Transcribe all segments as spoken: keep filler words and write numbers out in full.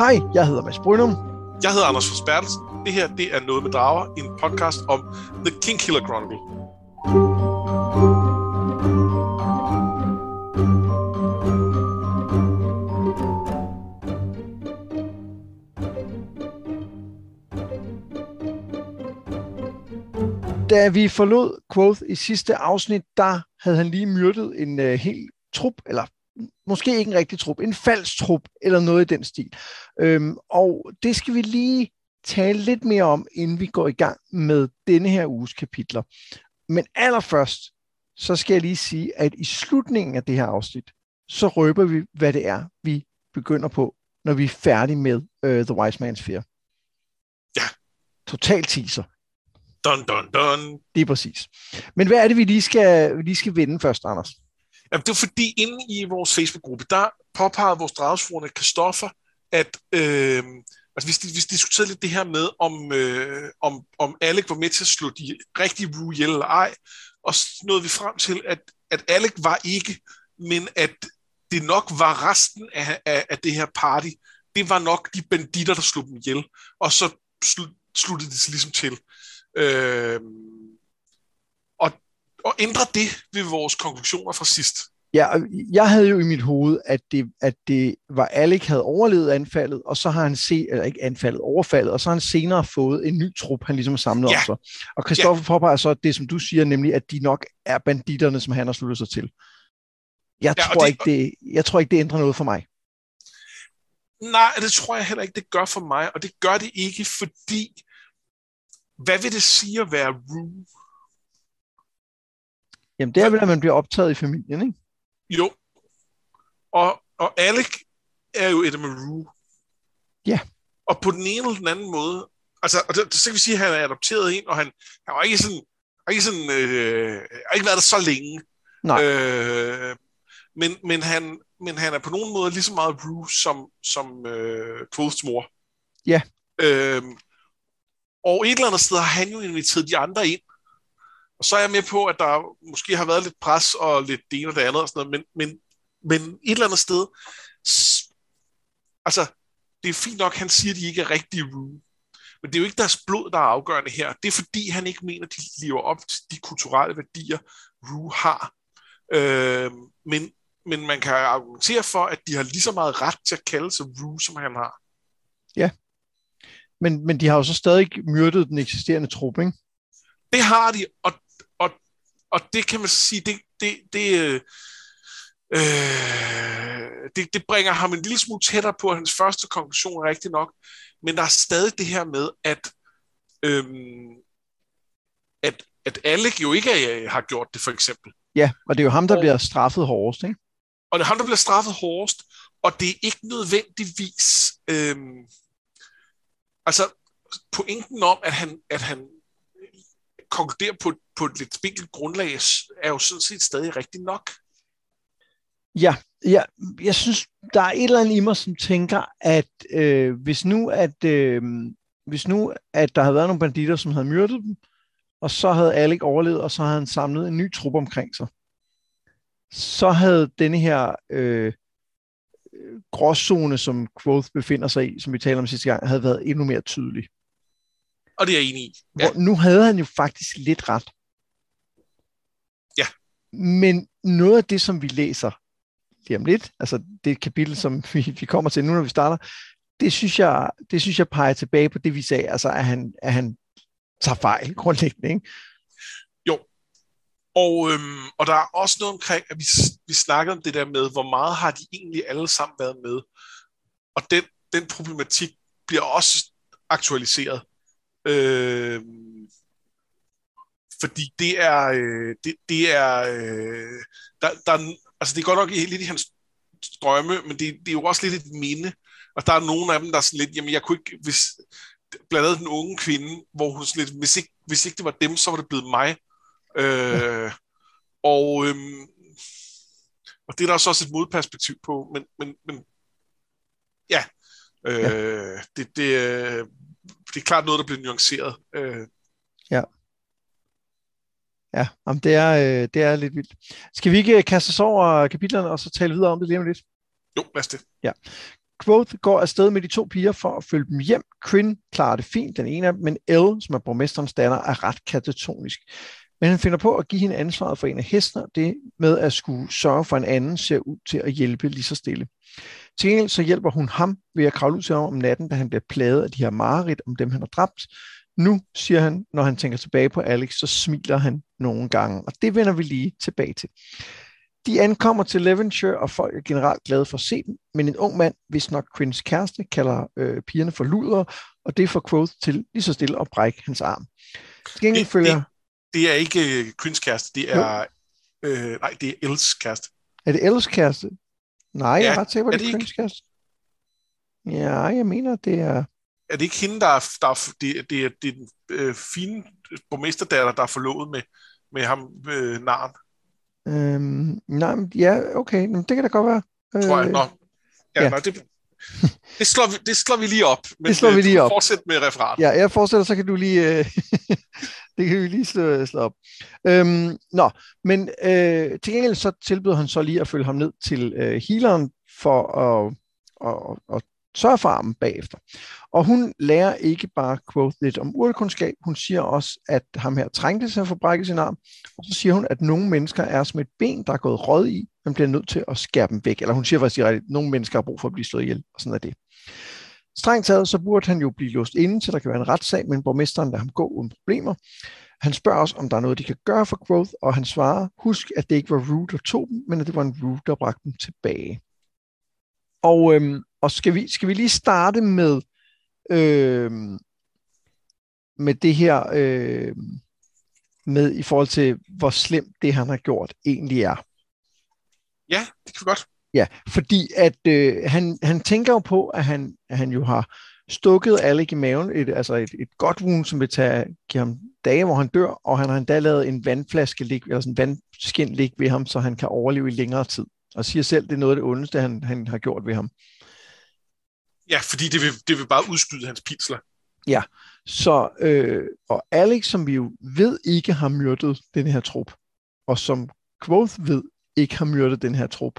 Hej, jeg hedder Mads Brynum. Jeg hedder Anders Forsbertelsen. Det her, det er Noget med Drager, en podcast om The Kingkiller Chronicle. Da vi forlod Quoth i sidste afsnit, der havde han lige myrdet en uh, hel trup, eller måske ikke en rigtig trup, en falsk trup, eller noget i den stil. Øhm, og det skal vi lige tale lidt mere om, inden vi går i gang med denne her uges kapitler. Men allerførst, så skal jeg lige sige, at i slutningen af det her afsnit, så røber vi, hvad det er, vi begynder på, når vi er færdige med uh, The Wise Man's Fear. Ja. Total teaser. Dun, dun, dun. Det er præcis. Men hvad er det, vi lige skal, vi lige skal vende først, Anders? Jamen, det er fordi, inde i vores Facebook-gruppe, der påpegede vores dragesforne Kristoffer, at øh, altså, vi, vi diskuterede lidt det her med, om, øh, om, om Alec var med til at slå de rigtige Rue ihjel eller ej, og så nåede vi frem til, at, at Alec var ikke, men at det nok var resten af, af, af det her party. Det var nok de banditter, der slog dem ihjel, og så sl- sluttede det sig ligesom til. Øh, og, og ændre det ved vores konklusioner fra sidst. Ja, jeg havde jo i mit hoved, at det, at det var Alec havde overlevet anfaldet, og så har han set, eller ikke anfaldet, overfaldet, og så har han senere fået en ny trup, han ligesom har samlet ja. om sig. Og Kristoffer ja. påpeger så det, som du siger, nemlig, at de nok er banditterne, som han har sluttet sig til. Jeg, ja, tror, det, ikke, det, jeg tror ikke, det ændrer noget for mig. Nej, det tror jeg heller ikke, det gør for mig, og det gør det ikke, fordi hvad vil det sige at være Rue? Jamen, det er vel, at man bliver optaget i familien, ikke? Jo. Og, og Alec er jo et med Rue. Ja. Og på den ene eller den anden måde, altså, og det, så kan vi sige, at han er adopteret en, og han, han var ikke sådan, har ikke sådan, øh, har ikke været der så længe. Nej. Øh, men, men, han, men han er på nogen måde lige så meget Rue som, som øh, Quoths mor. Ja. Øh, Og et eller andet sted har han jo inviteret de andre ind. Og så er jeg med på, at der måske har været lidt pres og lidt det ene og det andet og sådan noget, men, men, men et eller andet sted, altså, det er fint nok, han siger, at de ikke er rigtige Rue. Men det er jo ikke deres blod, der er afgørende her. Det er fordi, han ikke mener, at de lever op til de kulturelle værdier, Rue har. Øh, men, men man kan argumentere for, at de har lige så meget ret til at kalde sig Rue, som han har. Ja. Men, men de har jo så stadig myrdet den eksisterende trup, ikke? Det har de, og, og, og det kan man sige, det, det, det, øh, det, det bringer ham en lille smule tættere på, at hans første konklusion er rigtig nok, men der er stadig det her med, at, øhm, at, at Alec jo ikke er, har gjort det, for eksempel. Ja, og det er jo ham, der og, bliver straffet hårdest, ikke? Og det er ham, der bliver straffet hårdest, og det er ikke nødvendigvis... Øhm, altså, pointen om, at han, at han konkluderer på, på et lidt spinkelt grundlag, er jo sådan set stadig rigtig nok. Ja, ja, jeg synes, der er et eller andet i mig, som tænker, at øh, hvis nu, at øh, hvis nu, at der havde været nogle banditter, som havde myrdet dem, og så havde Alec overlevet, og så havde han samlet en ny trup omkring sig, så havde denne her øh, gråzone, som Quoth befinder sig i, som vi talte om sidste gang, havde været endnu mere tydelig. Og det er jeg enig i. Ja. Hvor nu havde han jo faktisk lidt ret. Ja. Men noget af det, som vi læser lige om lidt, altså det kapitel, som vi, vi kommer til nu, når vi starter, det synes jeg, det synes jeg peger tilbage på det, vi sagde, altså at han, at han tager fejl grundlæggende, ikke? Jo. Og, øhm, og der er også noget omkring, at vi, vi snakkede om det der med, hvor meget har de egentlig alle sammen været med. Og den, den problematik bliver også aktualiseret. Øh, fordi det er øh, det, det er øh, der, der, altså det er godt nok lidt i hans drømme, men det, det er jo også lidt et minde, og der er nogle af dem, der er sådan lidt, jamen jeg kunne ikke, hvis, blandt andet den unge kvinde, hvor hun sådan lidt, hvis ikke, hvis ikke det var dem, så var det blevet mig. øh, og øhm, og det er der også et modperspektiv på, men, men, men ja, øh, ja. Det, det, det er klart noget, der bliver nuanceret. Øh. Ja. Ja, jamen det, er, øh, det er lidt vildt. Skal vi ikke kaste os over kapitlerne, og så tale videre om det lige om lidt? Jo, lad os det. Ja. Quoth går afsted med de to piger for at følge dem hjem. Quinn klarer det fint, den ene af dem, men Elle, som er borgmesterens datter, er ret katatonisk. Men han finder på at give hende ansvaret for en af hestene, og det med at skulle sørge for en anden ser ud til at hjælpe lige så stille. Til gengæld så hjælper hun ham ved at kravle ud til ham om natten, da han bliver plaget af de her mareridt om dem, han har dræbt. Nu, siger han, når han tænker tilbage på Alex, så smiler han nogle gange, og det vender vi lige tilbage til. De ankommer til Levenshire, og folk er generelt glade for at se dem, men en ung mand, hvis nok Quinns kæreste, kalder øh, pigerne for ludere, og det får Quoth til lige så stille at brække hans arm. Til gengæld det, følger... det, det er ikke uh, Quinns kæreste, det er... Øh, nej, det er Elles kæreste. Er det Elles kæreste? Nej, ja, jeg er ret sikker på, det det er Quinns kæreste. Ja, jeg mener, det er... Er det ikke hende, der er... Der er det, det, er, det er den øh, fine borgmesterdatter, der er forlovet med, med ham, øh, naren? Øhm, nej, men ja, okay, men det kan da godt være. Tror jeg. Nå. Ja, ja. Nå, det, det, slår vi, det slår vi lige op. Men det slår vi lige op. Fortsæt med referatet. Ja, jeg fortsætter, så kan du lige... Øh, det kan vi lige slå, slå op. Øhm, nå, men øh, til gengæld så tilbyder han så lige at følge ham ned til øh, healeren for at, at, at sørge for armen bagefter. Og hun lærer ikke bare Quoth lidt om urtekundskab, hun siger også, at ham her trængte sig at få brækket sin arm, og så siger hun, at nogle mennesker er som et ben, der er gået råd i, man bliver nødt til at skære dem væk. Eller hun siger faktisk, at nogle mennesker har brug for at blive slået ihjel, og sådan er det. Strengt taget, så burde han jo blive låst inde, så der kan være en retssag, men borgmesteren lader ham gå uden problemer. Han spørger os, om der er noget, de kan gøre for Quoth, og han svarer, husk, at det ikke var Rue, der tog dem, men at det var en Rue, der bragte dem tilbage. Og, øhm, og skal, vi, skal vi lige starte med, øhm, med det her, øhm, med i forhold til, hvor slemt det, han har gjort, egentlig er. Ja, det kan vi godt. Ja, fordi at øh, han, han tænker jo på, at han, at han jo har stukket Alec i maven, et, altså et, et godt wound, som vil tage, give ham dage, hvor han dør, og han har endda lavet en vandflaske ligge, eller sådan en vandskin ligge ved ham, så han kan overleve i længere tid. Og siger selv, det er noget af det ondeste, han, han har gjort ved ham. Ja, fordi det vil, det vil bare udskyde hans pinsler. Ja, så, øh, og Alex, som vi jo ved ikke har myrdet den her trup, og som Quoth ved ikke har myrdet den her trup.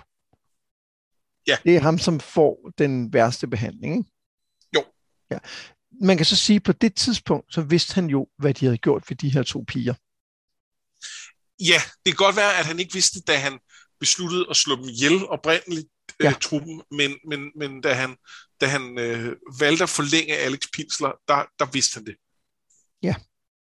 Ja. Det er ham, som får den værste behandling, ikke? Jo. Ja. Man kan så sige, at på det tidspunkt, så vidste han jo, hvad de havde gjort for de her to piger. Ja, det kan godt være, at han ikke vidste, da han besluttede at slå dem ihjel oprindeligt, ja. øh, truppen, men, men, men da han, da han øh, valgte at forlænge Alex pinsler, der, der vidste han det. Ja.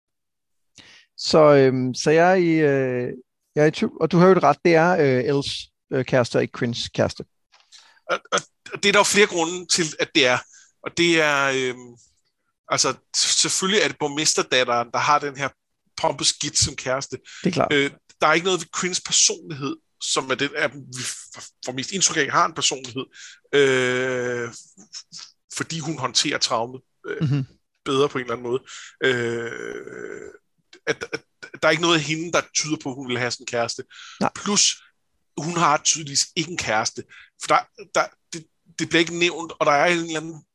Så, øhm, så jeg er i, øh, jeg er i tvivl, og du har jo det ret, det er øh, Els øh, kæreste, og ikke Quinns kæreste. Og, og, og det er der jo flere grunde til, at det er. Og det er, øh, altså selvfølgelig er det borgmesterdatteren, der har den her pompous git som kæreste. Det er klart. Øh, der er ikke noget ved Quinns personlighed, som er det, at vi får mest indtryk af, har en personlighed, øh, fordi hun håndterer traumet øh, mm-hmm. bedre på en eller anden måde. Øh, at, at, der er ikke noget af hende, der tyder på, at hun vil have sådan en kæreste. Nej. Plus, hun har tydeligvis ikke en kæreste. For der, der, det, det bliver ikke nævnt, og der er en eller anden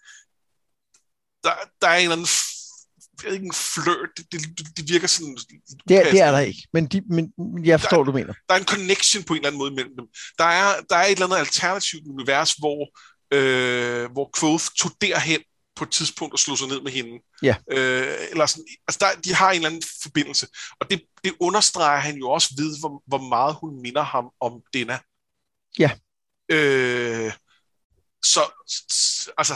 der, der er en eller anden ikke en flirt, det, det, det virker sådan... Det er, det er der ikke, men, de, men jeg forstår, der, du mener. Der er en connection på en eller anden måde mellem dem. Der er, der er et eller andet alternativt univers, hvor, øh, hvor Quoth tog derhen på et tidspunkt og slog sig ned med hende. Ja. Øh, eller sådan, altså der, de har en eller anden forbindelse. Og det, det understreger han jo også ved, hvor, hvor meget hun minder ham om Denna. Ja. Øh, så, altså...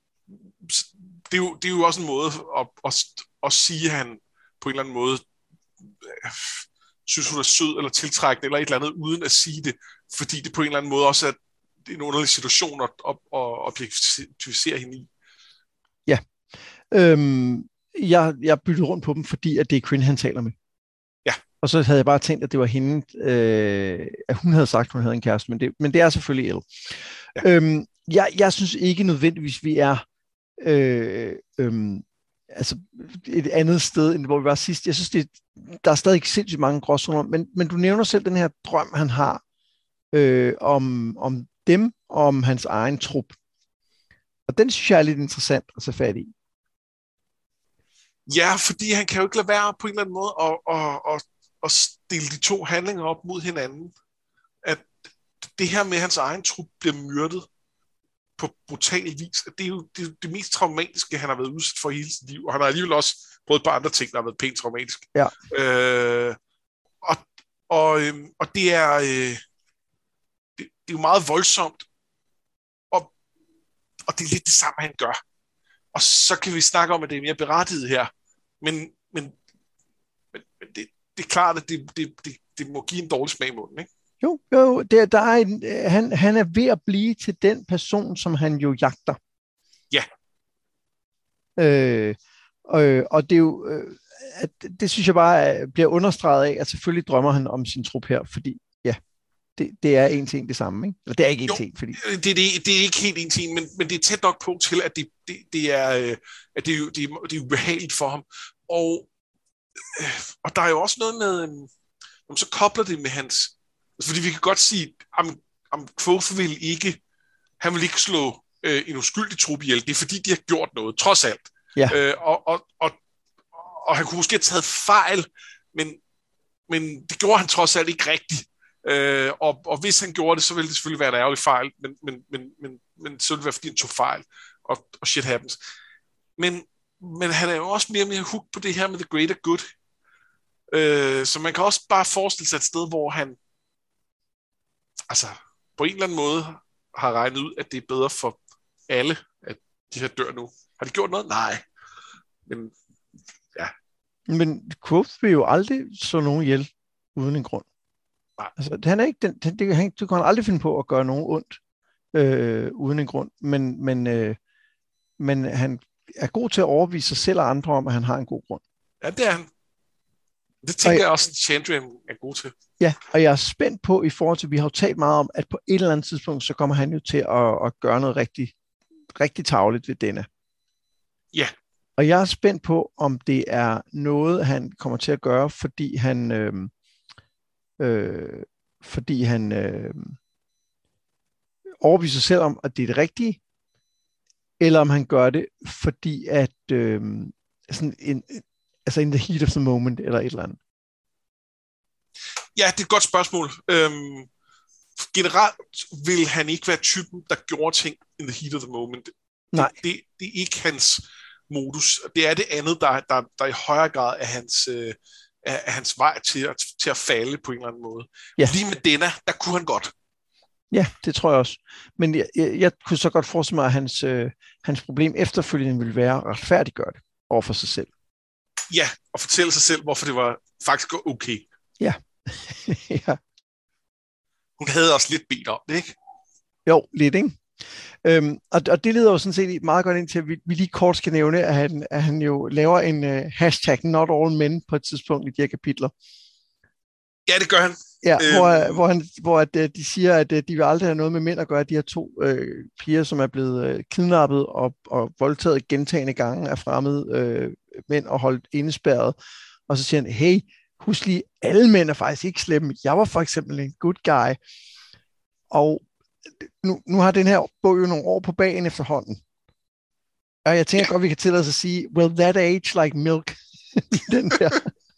Det er, jo, det er jo også en måde at, at, at sige, at han på en eller anden måde øh, synes, hun er sød eller tiltrækkende eller et eller andet, uden at sige det, fordi det på en eller anden måde også er en underlig situation at, at, at objektivisere hende i. Ja. Øhm, jeg, jeg byttede rundt på dem, fordi at det er Quinn, han taler med. Ja. Og så havde jeg bare tænkt, at det var hende, øh, at hun havde sagt, at hun havde en kæreste, men det, men det er selvfølgelig Elle. Ja. Øhm, jeg, jeg synes ikke nødvendigvis, vi er Øh, øhm, altså et andet sted, end hvor vi var sidst. Jeg synes, det, der er stadig sindssygt mange gråzoner, men, men du nævner selv den her drøm, han har øh, om, om dem, og om hans egen trup. Og den synes jeg er lidt interessant at tage fat i. Ja, fordi han kan jo ikke lade være på en eller anden måde at, at, at, at stille de to handlinger op mod hinanden. At det her med, at hans egen trup bliver myrdet, på brutal vis. Det er jo det, det mest traumatiske, han har været udsat for i hele sit liv, og han har alligevel også prøvet på andre ting, der har været pænt traumatisk. Ja. Øh, og, og, øhm, og det er øh, det, det er jo meget voldsomt, og, og det er lidt det samme, han gør. Og så kan vi snakke om, at det er mere berettiget her, men, men, men, men det, det er klart, at det, det, det, det må give en dårlig smag i munden, ikke? Jo, jo der, der er en, han, han er ved at blive til den person, som han jo jagter. Ja. Øh, og, og det er jo, øh, at, det synes jeg bare bliver understreget af, at selvfølgelig drømmer han om sin trup her, fordi ja, det, det er en ting det samme, ikke? Eller det er ikke en jo, ting, fordi... Det, det, det er ikke helt en ting, men, men det er tæt nok på til, at det, det, det er, øh, at det er, jo, det er, det er ubehageligt for ham. Og, øh, og der er jo også noget med, øh, når så kobler det med hans... Fordi vi kan godt sige, om, om Kvothe vil ikke, han vil ikke slå øh, en uskyldig trup ihjel. Det er fordi, de har gjort noget, trods alt. Ja. Øh, og, og, og, og han kunne måske have taget fejl, men, men det gjorde han trods alt ikke rigtigt. Øh, og, og hvis han gjorde det, så ville det selvfølgelig være en ærgerlig fejl, men, men, men, men, men så ville det være, fordi han tog fejl, og, og shit happens. Men, men han er jo også mere og mere hooked på det her med the greater good. Øh, så man kan også bare forestille sig et sted, hvor han altså på en eller anden måde har regnet ud, at det er bedre for alle, at de her dør nu. Har de gjort noget? Nej. Men ja. Men Kvothe vil jo aldrig slå nogen ihjel uden en grund. Nej. Altså, han er ikke den, det, det, han, du kan aldrig finde på at gøre nogen ondt øh, uden en grund, men, men, øh, men han er god til at overbevise sig selv og andre om, at han har en god grund. Ja, det er han. Det tænker og, jeg også, at Chandrian er god til. Ja, og jeg er spændt på i forhold til, vi har jo talt meget om, at på et eller andet tidspunkt, så kommer han jo til at, at gøre noget rigtig, rigtig tarveligt ved denne. Ja. Og jeg er spændt på, om det er noget, han kommer til at gøre, fordi han, øh, øh, fordi han øh, overbeviser sig selv om, at det er det rigtige, eller om han gør det, fordi at øh, sådan en, altså in the heat of the moment, eller et eller andet. Ja, det er et godt spørgsmål. Øhm, generelt vil han ikke være typen, der gjorde ting in the heat of the moment. Nej. Det, det, det er ikke hans modus. Det er det andet, der, der, der i højere grad er hans, øh, er hans vej til at, til at falde på en eller anden måde. Ja. Lige med denne, der kunne han godt. Ja, det tror jeg også. Men jeg, jeg, jeg kunne så godt forestille mig, at hans, øh, hans problem efterfølgende ville være at retfærdiggøre det over for sig selv. Ja, og fortælle sig selv, hvorfor det var faktisk okay. Ja. Ja. Hun havde også lidt bedt om det, ikke? Jo, lidt, ikke? Øhm, og, og det leder jo sådan set meget godt ind til, at vi, vi lige kort skal nævne, at han, at han jo laver en uh, hashtag not all men på et tidspunkt i de her kapitler. Ja, det gør han. Ja, øhm. hvor, hvor, han, hvor at, de siger, at de vil aldrig have noget med mænd at gøre, de her to øh, piger, som er blevet øh, kidnappet og, og voldtaget gentagne gange af fremmede øh, mænd og holdt indespærret. Og så siger han, hey, husk lige, alle mænd er faktisk ikke slemme. Jeg var for eksempel en good guy. Og nu, nu har den her bog jo nogle år på bagen efterhånden. Og jeg tænker ja. godt, vi kan tillade os at sige, will that age like milk? Den der.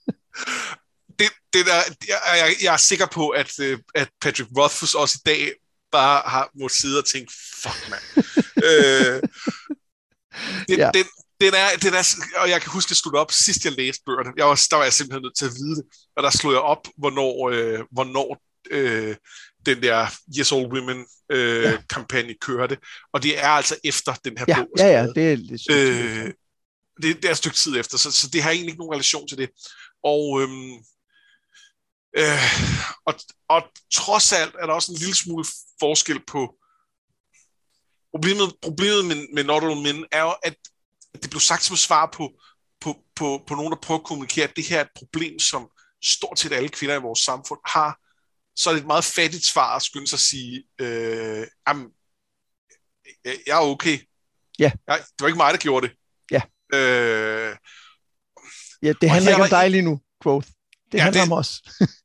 Det, det der, jeg, jeg er sikker på, at, at Patrick Rothfuss også i dag bare har måttet sidde og tænke, fuck mand. øh, det, ja. den, den, er, den er, og jeg kan huske, at jeg slog op sidst jeg læste bøgerne. Jeg var, der var jeg simpelthen nødt til at vide det. Og der slog jeg op, hvornår, øh, hvornår øh, den der Yes All Women øh, ja. kampagne kørte. Og det er altså efter den her ja. bog. Ja, ja, det er lidt øh, det, det er et stykke tid efter, så, så det har egentlig ikke nogen relation til det. Og, øhm, øh, og, og trods alt er der også en lille smule forskel på problemet, problemet med, med Not All Men er jo, at det blev sagt som svar på, på, på, på nogen, der prøver at kommunikere, at det her er et problem, som stort set alle kvinder i vores samfund har. Så er det et meget fattigt svar at skynde sig at sige, øh, jamen, jeg er okay. Ja. Jeg, det var ikke mig, der gjorde det. Ja. Øh, ja, det handler ikke om dig lige nu, Kvothe. Det ja, handler det, om os.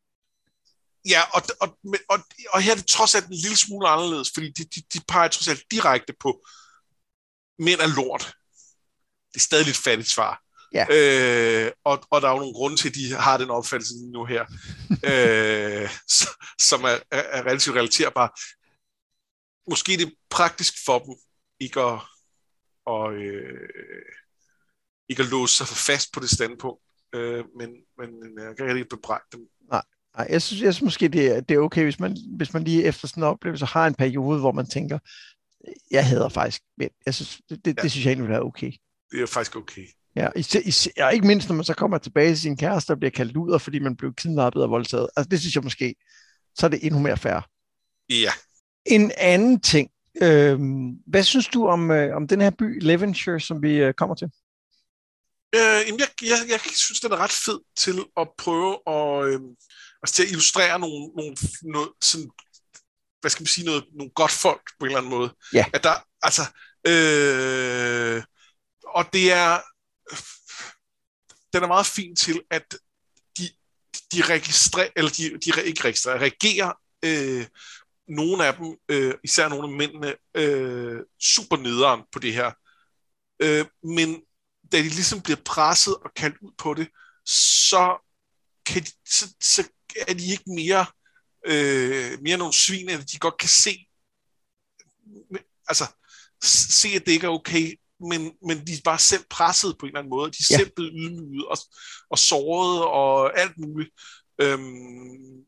ja, og, og, og, og her er det trods alt en lille smule anderledes, fordi de, de, de peger trods alt direkte på, mænd er lort. Det er stadig lidt fattigt svar. Ja. Øh, og, og der er jo nogle grunde til, at de har den opfattelse nu her, øh, som er, er, er relativt relaterbar. måske det er praktisk for dem ikke at, og, øh, ikke at låse sig for fast på det standpunkt, øh, men, men jeg kan ikke bebrejde dem. Nej, nej jeg, synes, jeg synes måske, det er, det er okay, hvis man, hvis man lige efter sådan en oplevelse har en periode, hvor man tænker, jeg hader faktisk mænd. Jeg synes, det, det, ja. det synes jeg egentlig vil være okay. Det er faktisk okay. Ja, især, især, ikke mindst, når man så kommer tilbage til sin kæreste og bliver kaldt luder, fordi man blev kidnappet og voldtaget. Altså, det synes jeg måske, så er det endnu mere fair. Ja. En anden ting. Øh, hvad synes du om, øh, om den her by, Levenshire, som vi øh, kommer til? Øh, jeg, jeg, jeg synes, den er ret fed til at prøve at, øh, altså til at illustrere nogle, nogle noget, sådan, hvad skal man sige, noget, nogle godt folk på en eller anden måde. Ja. At der, altså, øh, og det er, den er meget fin til, at de, de registrerer, eller de, de ikke registrerer, reagerer øh, nogle af dem, øh, især nogle af mændene, øh, super nederen på det her. Øh, men da de ligesom bliver presset og kaldt ud på det, så, kan de, så, så er de ikke mere, øh, mere nogle svin, at de godt kan se, altså se, at det ikke er okay, men, men de er bare selv presset på en eller anden måde. De er ja. selv blevet ydmyget og, og såret og alt muligt. Øhm,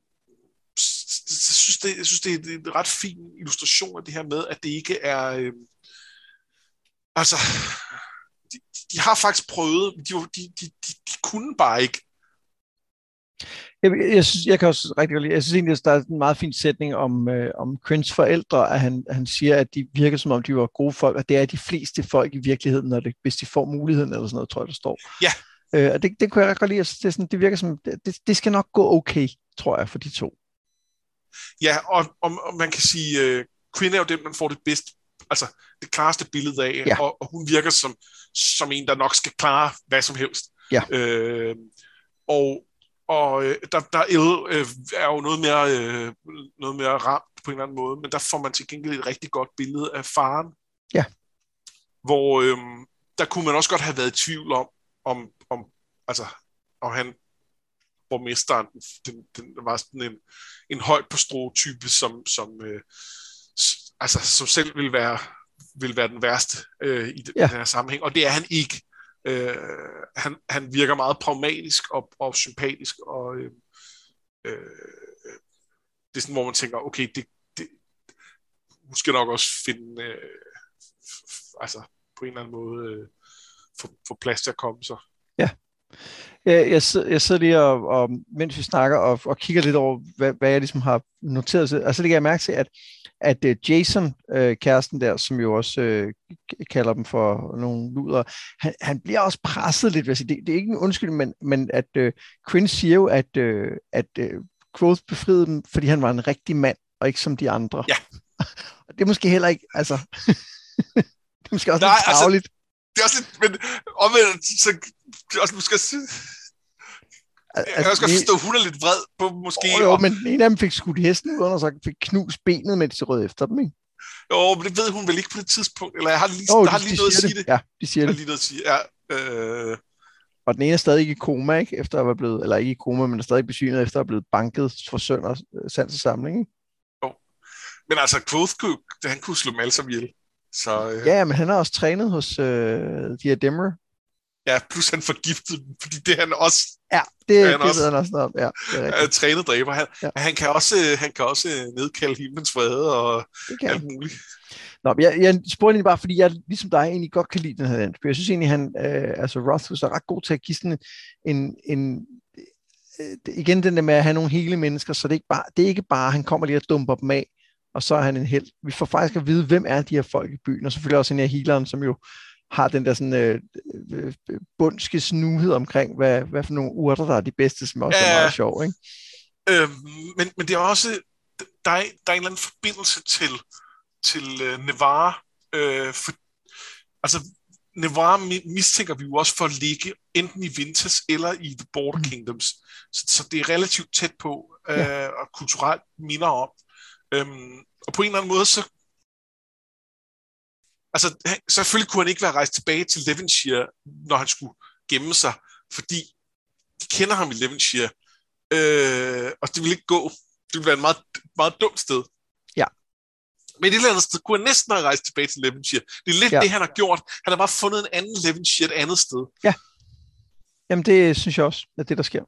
jeg synes, det, jeg synes, det er en ret fin illustration af det her med, at det ikke er... Øh, altså... De, de har faktisk prøvet, de, de, de, de, de kunne bare ikke. Jeg, jeg, synes, jeg kan også rigtig godt lide, jeg synes egentlig, at der er en meget fin sætning om, øh, om Quinns forældre, at han, han siger, at de virker som om, de var gode folk, og det er de fleste folk i virkeligheden, når det, hvis de får muligheden, eller sådan noget, tror jeg, der står. Ja. Øh, og det, det kunne jeg rigtig godt lide, det, er sådan, det virker som, det, det skal nok gå okay, tror jeg, for de to. Ja, og, og, og man kan sige, øh, Quinn er jo den, man får det bedste, altså det klareste billede af, ja. og, og hun virker som, som en, der nok skal klare hvad som helst. Ja. Øh, og og øh, der, der El, øh, er jo noget mere, øh, noget mere ramt på en eller anden måde, men der får man til gengæld et rigtig godt billede af faren. Ja. Hvor øh, der kunne man også godt have været i tvivl om, om, om altså, om han, borgmesteren, den, den var sådan en, en højt på strå-type, som, som, øh, altså, som selv ville være, ville være den værste øh, i, den, ja. i den her sammenhæng, og det er han ikke. Øh, han, han virker meget pragmatisk og, og sympatisk, og øh, øh, det er sådan, hvor man tænker, okay, det, det hun skal nok også finde, øh, f- altså på en eller anden måde, øh, få, få plads til at komme sig. Ja. Jeg, jeg, sidder, jeg sidder lige og, og mens vi snakker og, og kigger lidt over, hvad, hvad jeg ligesom har noteret, så altså, lægger jeg mærke til, at, at uh, Jason, uh, kæresten der, som jo også uh, kalder dem for nogle luder, han, han bliver også presset lidt, vil jeg sige. Det, det er ikke en undskyldning, men, men at uh, Quinn siger jo, at, uh, at uh, Quoth befriede dem, fordi han var en rigtig mand, og ikke som de andre. Ja. Og det er måske heller ikke, altså, det er måske også Nej, lidt travligt. Altså, det er også lidt, men omvendt, så det er også måske... Jeg kan også godt forstå, at hun er lidt vred på måske... Oh, jo, og... men en af dem fik skudt hesten ud, og så fik knust benet, mens de rød efter dem, ikke? Jo, men det ved hun vel ikke på det tidspunkt, eller jeg har lige, oh, der har de, lige de noget at sige det. det. Ja, de siger jeg det. Lige noget at sige. Ja, øh... Og den ene er stadig i koma, ikke? Efter at være blevet, eller ikke i koma, men er stadig besynet, efter at være blevet banket for søn og sans og samling, ikke? Jo. Men altså, Quoth kunne, han kunne slå dem alle sammen ihjel. Så, øh... Ja, men han har også trænet hos øh, Diademmer. Ja, plus han forgiftede dem, fordi det er han også... Ja, det, han det også, ved han også noget om. Ja, det er rigtigt. Trænet dræber. Han, ja. han, kan også, han kan også nedkalde himlens vrede og alt muligt. Nå, jeg, jeg spurgte egentlig bare, fordi jeg ligesom dig egentlig godt kan lide den her landsby. Jeg synes egentlig, han, øh, altså Rothfuss er ret god til at give sådan en, en øh, igen den der med at have nogle hele mennesker, så det er ikke bare, det er ikke bare, han kommer lige og dumper dem af, og så er han en helt. Vi får faktisk at vide, hvem er de her folk i byen, og selvfølgelig også en her healeren, som jo har den der sådan øh, øh, bundske snuhed omkring, hvad, hvad for nogle urter, der er de bedste, som også ja, er meget sjov, ikke? Øh, men, men det er også, der er, der er en eller anden forbindelse til, til uh, Nevarre, øh, for, altså Nevarre mistænker vi jo også for at ligge enten i Vintas eller i The Border mm. Kingdoms, så, så det er relativt tæt på, øh, ja. og kulturelt minder om. Øhm, og på en eller anden måde, så altså, han, selvfølgelig kunne han ikke være rejst tilbage til Levenshire, når han skulle gemme sig, fordi de kender ham i Levenshire, øh, og det ville ikke gå. Det ville være et meget, meget dumt sted. Ja. Men et eller andet sted kunne han næsten have rejst tilbage til Devonshire. Det er lidt ja. det, han har gjort. Han har bare fundet en anden Devonshire et andet sted. Ja. Jamen, det synes jeg også, at det, der sker.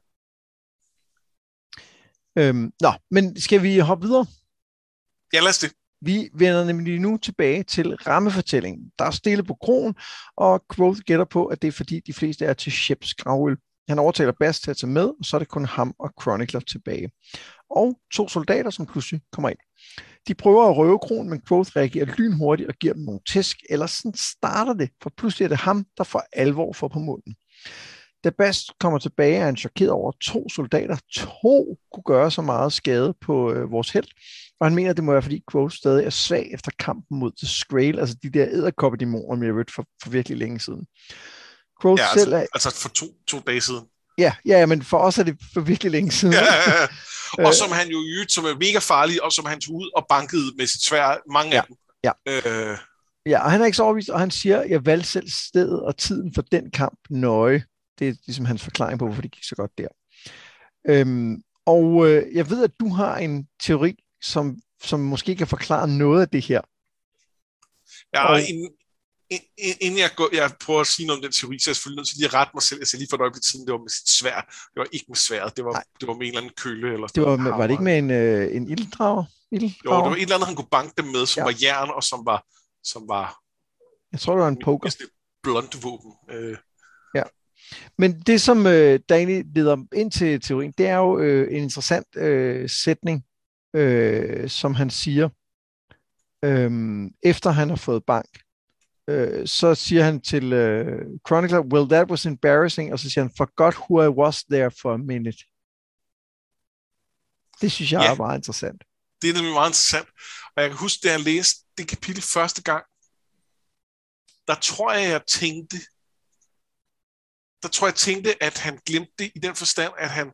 Øhm, nå, men skal vi hoppe videre? Ja, lad os det. Vi vender nemlig nu tilbage til rammefortællingen. Der er stille på kroen, og Quoth gætter på, at det er fordi, de fleste er til Sheps gravøl. Han overtaler Bast til at tage med, og så er det kun ham og Chronicler tilbage. Og to soldater, som pludselig kommer ind. De prøver at røve kronen, men Quoth reagerer lynhurtigt og giver dem nogle tæsk, eller sådan starter det, for pludselig er det ham, der for alvor får på munden. Da Bast kommer tilbage, er han chokeret over, at to soldater, to kunne gøre så meget skade på øh, vores helt, og han mener, at det må være, fordi Quoth stadig er svag efter kampen mod The Skrael, altså de der edderkoppedæmoner, vi har hørt for, for virkelig længe siden. Quoth ja, altså, selv er... altså for to, to dage siden. Ja, ja, men for os er det for virkelig længe siden. Ja, ja, ja. Og som han jo ydt, som er mega farlig, og som han tog ud og bankede med sit sværd, mange ja, af dem. Ja. Øh. ja, og han er ikke så overbevist, og han siger, at jeg valgte selv stedet og tiden for den kamp nøje. Det er ligesom hans forklaring på, hvorfor det gik så godt der. Øhm, og øh, jeg ved, at du har en teori, som, som måske kan forklare noget af det her. Ja, og inden, inden jeg, går, jeg prøver at sige noget om den teori, så er jeg selvfølgelig nødt til lige at rette mig selv. Jeg sagde lige for et øjeblik siden, det var med sit sværd. Det var ikke med sværdet, det var, det var med en eller anden kølle. Eller det var, med, var det ikke med en, øh, en ilddrager? ilddrager? Jo, det var et eller andet, han kunne banke dem med, som ja. var jern, og som var, som var... Jeg tror, det var en poker. Et blunt våben. Øh. Ja. Men det, som øh, der egentlig leder ind til teorien, det er jo øh, en interessant øh, sætning, øh, som han siger, øh, efter han har fået bank. Øh, så siger han til øh, Chronicler, well, that was embarrassing, og så siger han, forgot who I was there for a minute. Det synes jeg ja. er meget interessant. Det er nemlig meget interessant. Og jeg kan huske, da jeg læste det kapitel første gang, der tror jeg, jeg tænkte, der tror jeg, jeg tænkte, at han glemte det i den forstand, at han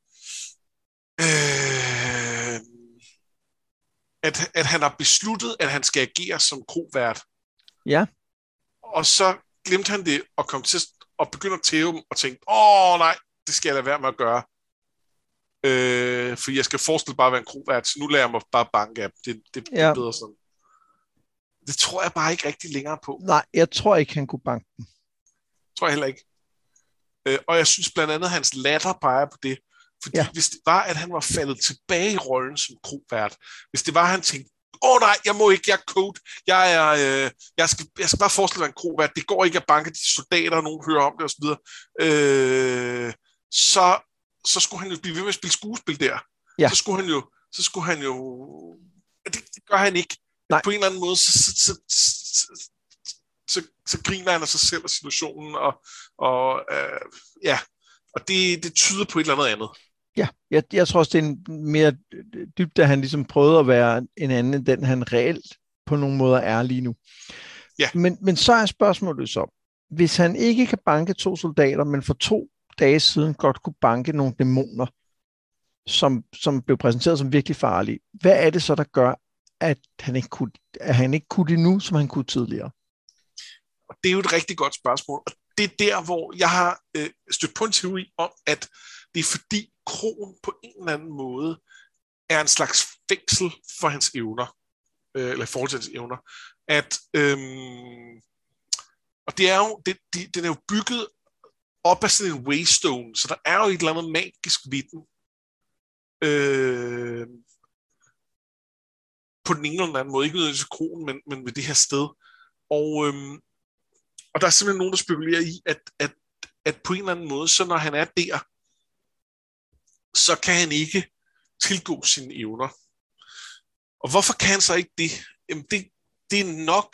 øh, at, at han har besluttet, at han skal agere som krovært. Ja. Og så glemte han det, og kom til at begynde at tæve dem, og tænkte, åh nej, det skal jeg lade være med at gøre. Øh, for jeg skal forestille bare at være en krovært, så nu lader jeg mig bare banke af dem. Det, det, det ja. er bedre sådan. Det tror jeg bare ikke rigtig længere på. Nej, jeg tror ikke, han kunne banke dem. Tror jeg heller ikke. Øh, og jeg synes blandt andet, at hans latter peger på det. Fordi ja. hvis det var, at han var faldet tilbage i rollen som krovært, hvis det var, at han tænkte, åh oh, nej, jeg må ikke, jeg er code, jeg, er, øh, jeg, skal, jeg skal bare forestille mig en krovært, det går ikke at banke de soldater, og nogen hører om det osv., øh, så, så skulle han jo blive ved med at spille skuespil der. Ja. Så skulle han jo, så skulle han jo, det, det gør han ikke. Nej. På en eller anden måde, så, så, så, så, så, så griner han af sig selv og situationen, og, og øh, ja, og det, det tyder på et eller andet andet. Ja, jeg, jeg tror også, det er en mere dybt, at han ligesom prøvede at være en anden, end den han reelt på nogle måder er lige nu. Ja. Men, men så er spørgsmålet så, hvis han ikke kan banke to soldater, men for to dage siden godt kunne banke nogle dæmoner, som, som blev præsenteret som virkelig farlige, hvad er det så, der gør, at han ikke kunne, at han ikke kunne det nu, som han kunne tidligere? Og det er jo et rigtig godt spørgsmål, og det er der, hvor jeg har øh, stødt på en teori om, at det er fordi kroen på en eller anden måde er en slags fængsel for hans evner, øh, eller i forhold til hans evner. At, øhm, og det er jo, det, det, den er jo bygget op af sådan en waystone, så der er jo et eller andet magisk ved den. Øh, på den ene eller den anden måde, ikke nødvendigvis kroen, men, men ved det her sted. Og, øhm, og der er simpelthen nogen, der spekulerer i, at, at, at på en eller anden måde, så når han er der, så kan han ikke tilgå sine evner. Og hvorfor kan han så ikke det? Jamen det, det er nok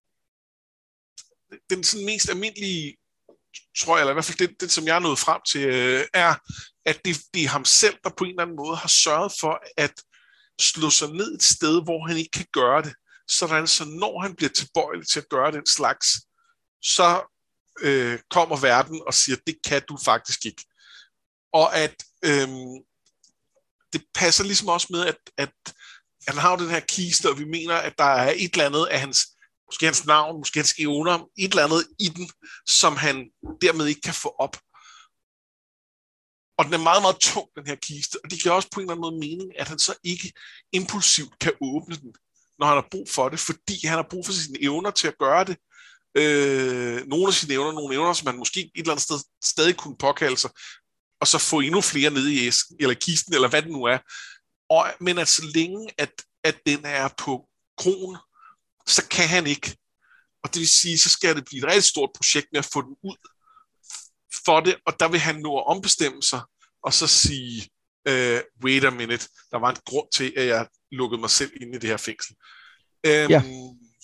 den sådan mest almindelige, tror jeg, eller i hvert fald det, det som jeg er nået frem til, øh, er, at det, det er ham selv, der på en eller anden måde har sørget for at slå sig ned et sted, hvor han ikke kan gøre det. Sådan, så når han bliver tilbøjelig til at gøre den slags, så øh, kommer verden og siger, det kan du faktisk ikke. Og at øhm, det passer ligesom også med, at, at, at han har den her kiste, og vi mener, at der er et eller andet af hans, måske hans navn, måske hans evner, et eller andet i den, som han dermed ikke kan få op. Og den er meget, meget tung, den her kiste, og det giver også på en eller anden måde mening, at han så ikke impulsivt kan åbne den, når han har brug for det, fordi han har brug for sine evner til at gøre det. Øh, nogle af sine evner, nogle evner, som han måske et eller andet sted stadig kunne påkalde sig, og så få endnu flere nede i æsken, eller kisten, eller hvad det nu er. Og, men at så længe, at, at den er på kronen, så kan han ikke. Og det vil sige, så skal det blive et rigtig stort projekt med at få den ud for det, og der vil han nå at ombestemme sig, og så sige, uh, wait a minute, der var en grund til, at jeg lukkede mig selv inde i det her fængsel. Um, ja.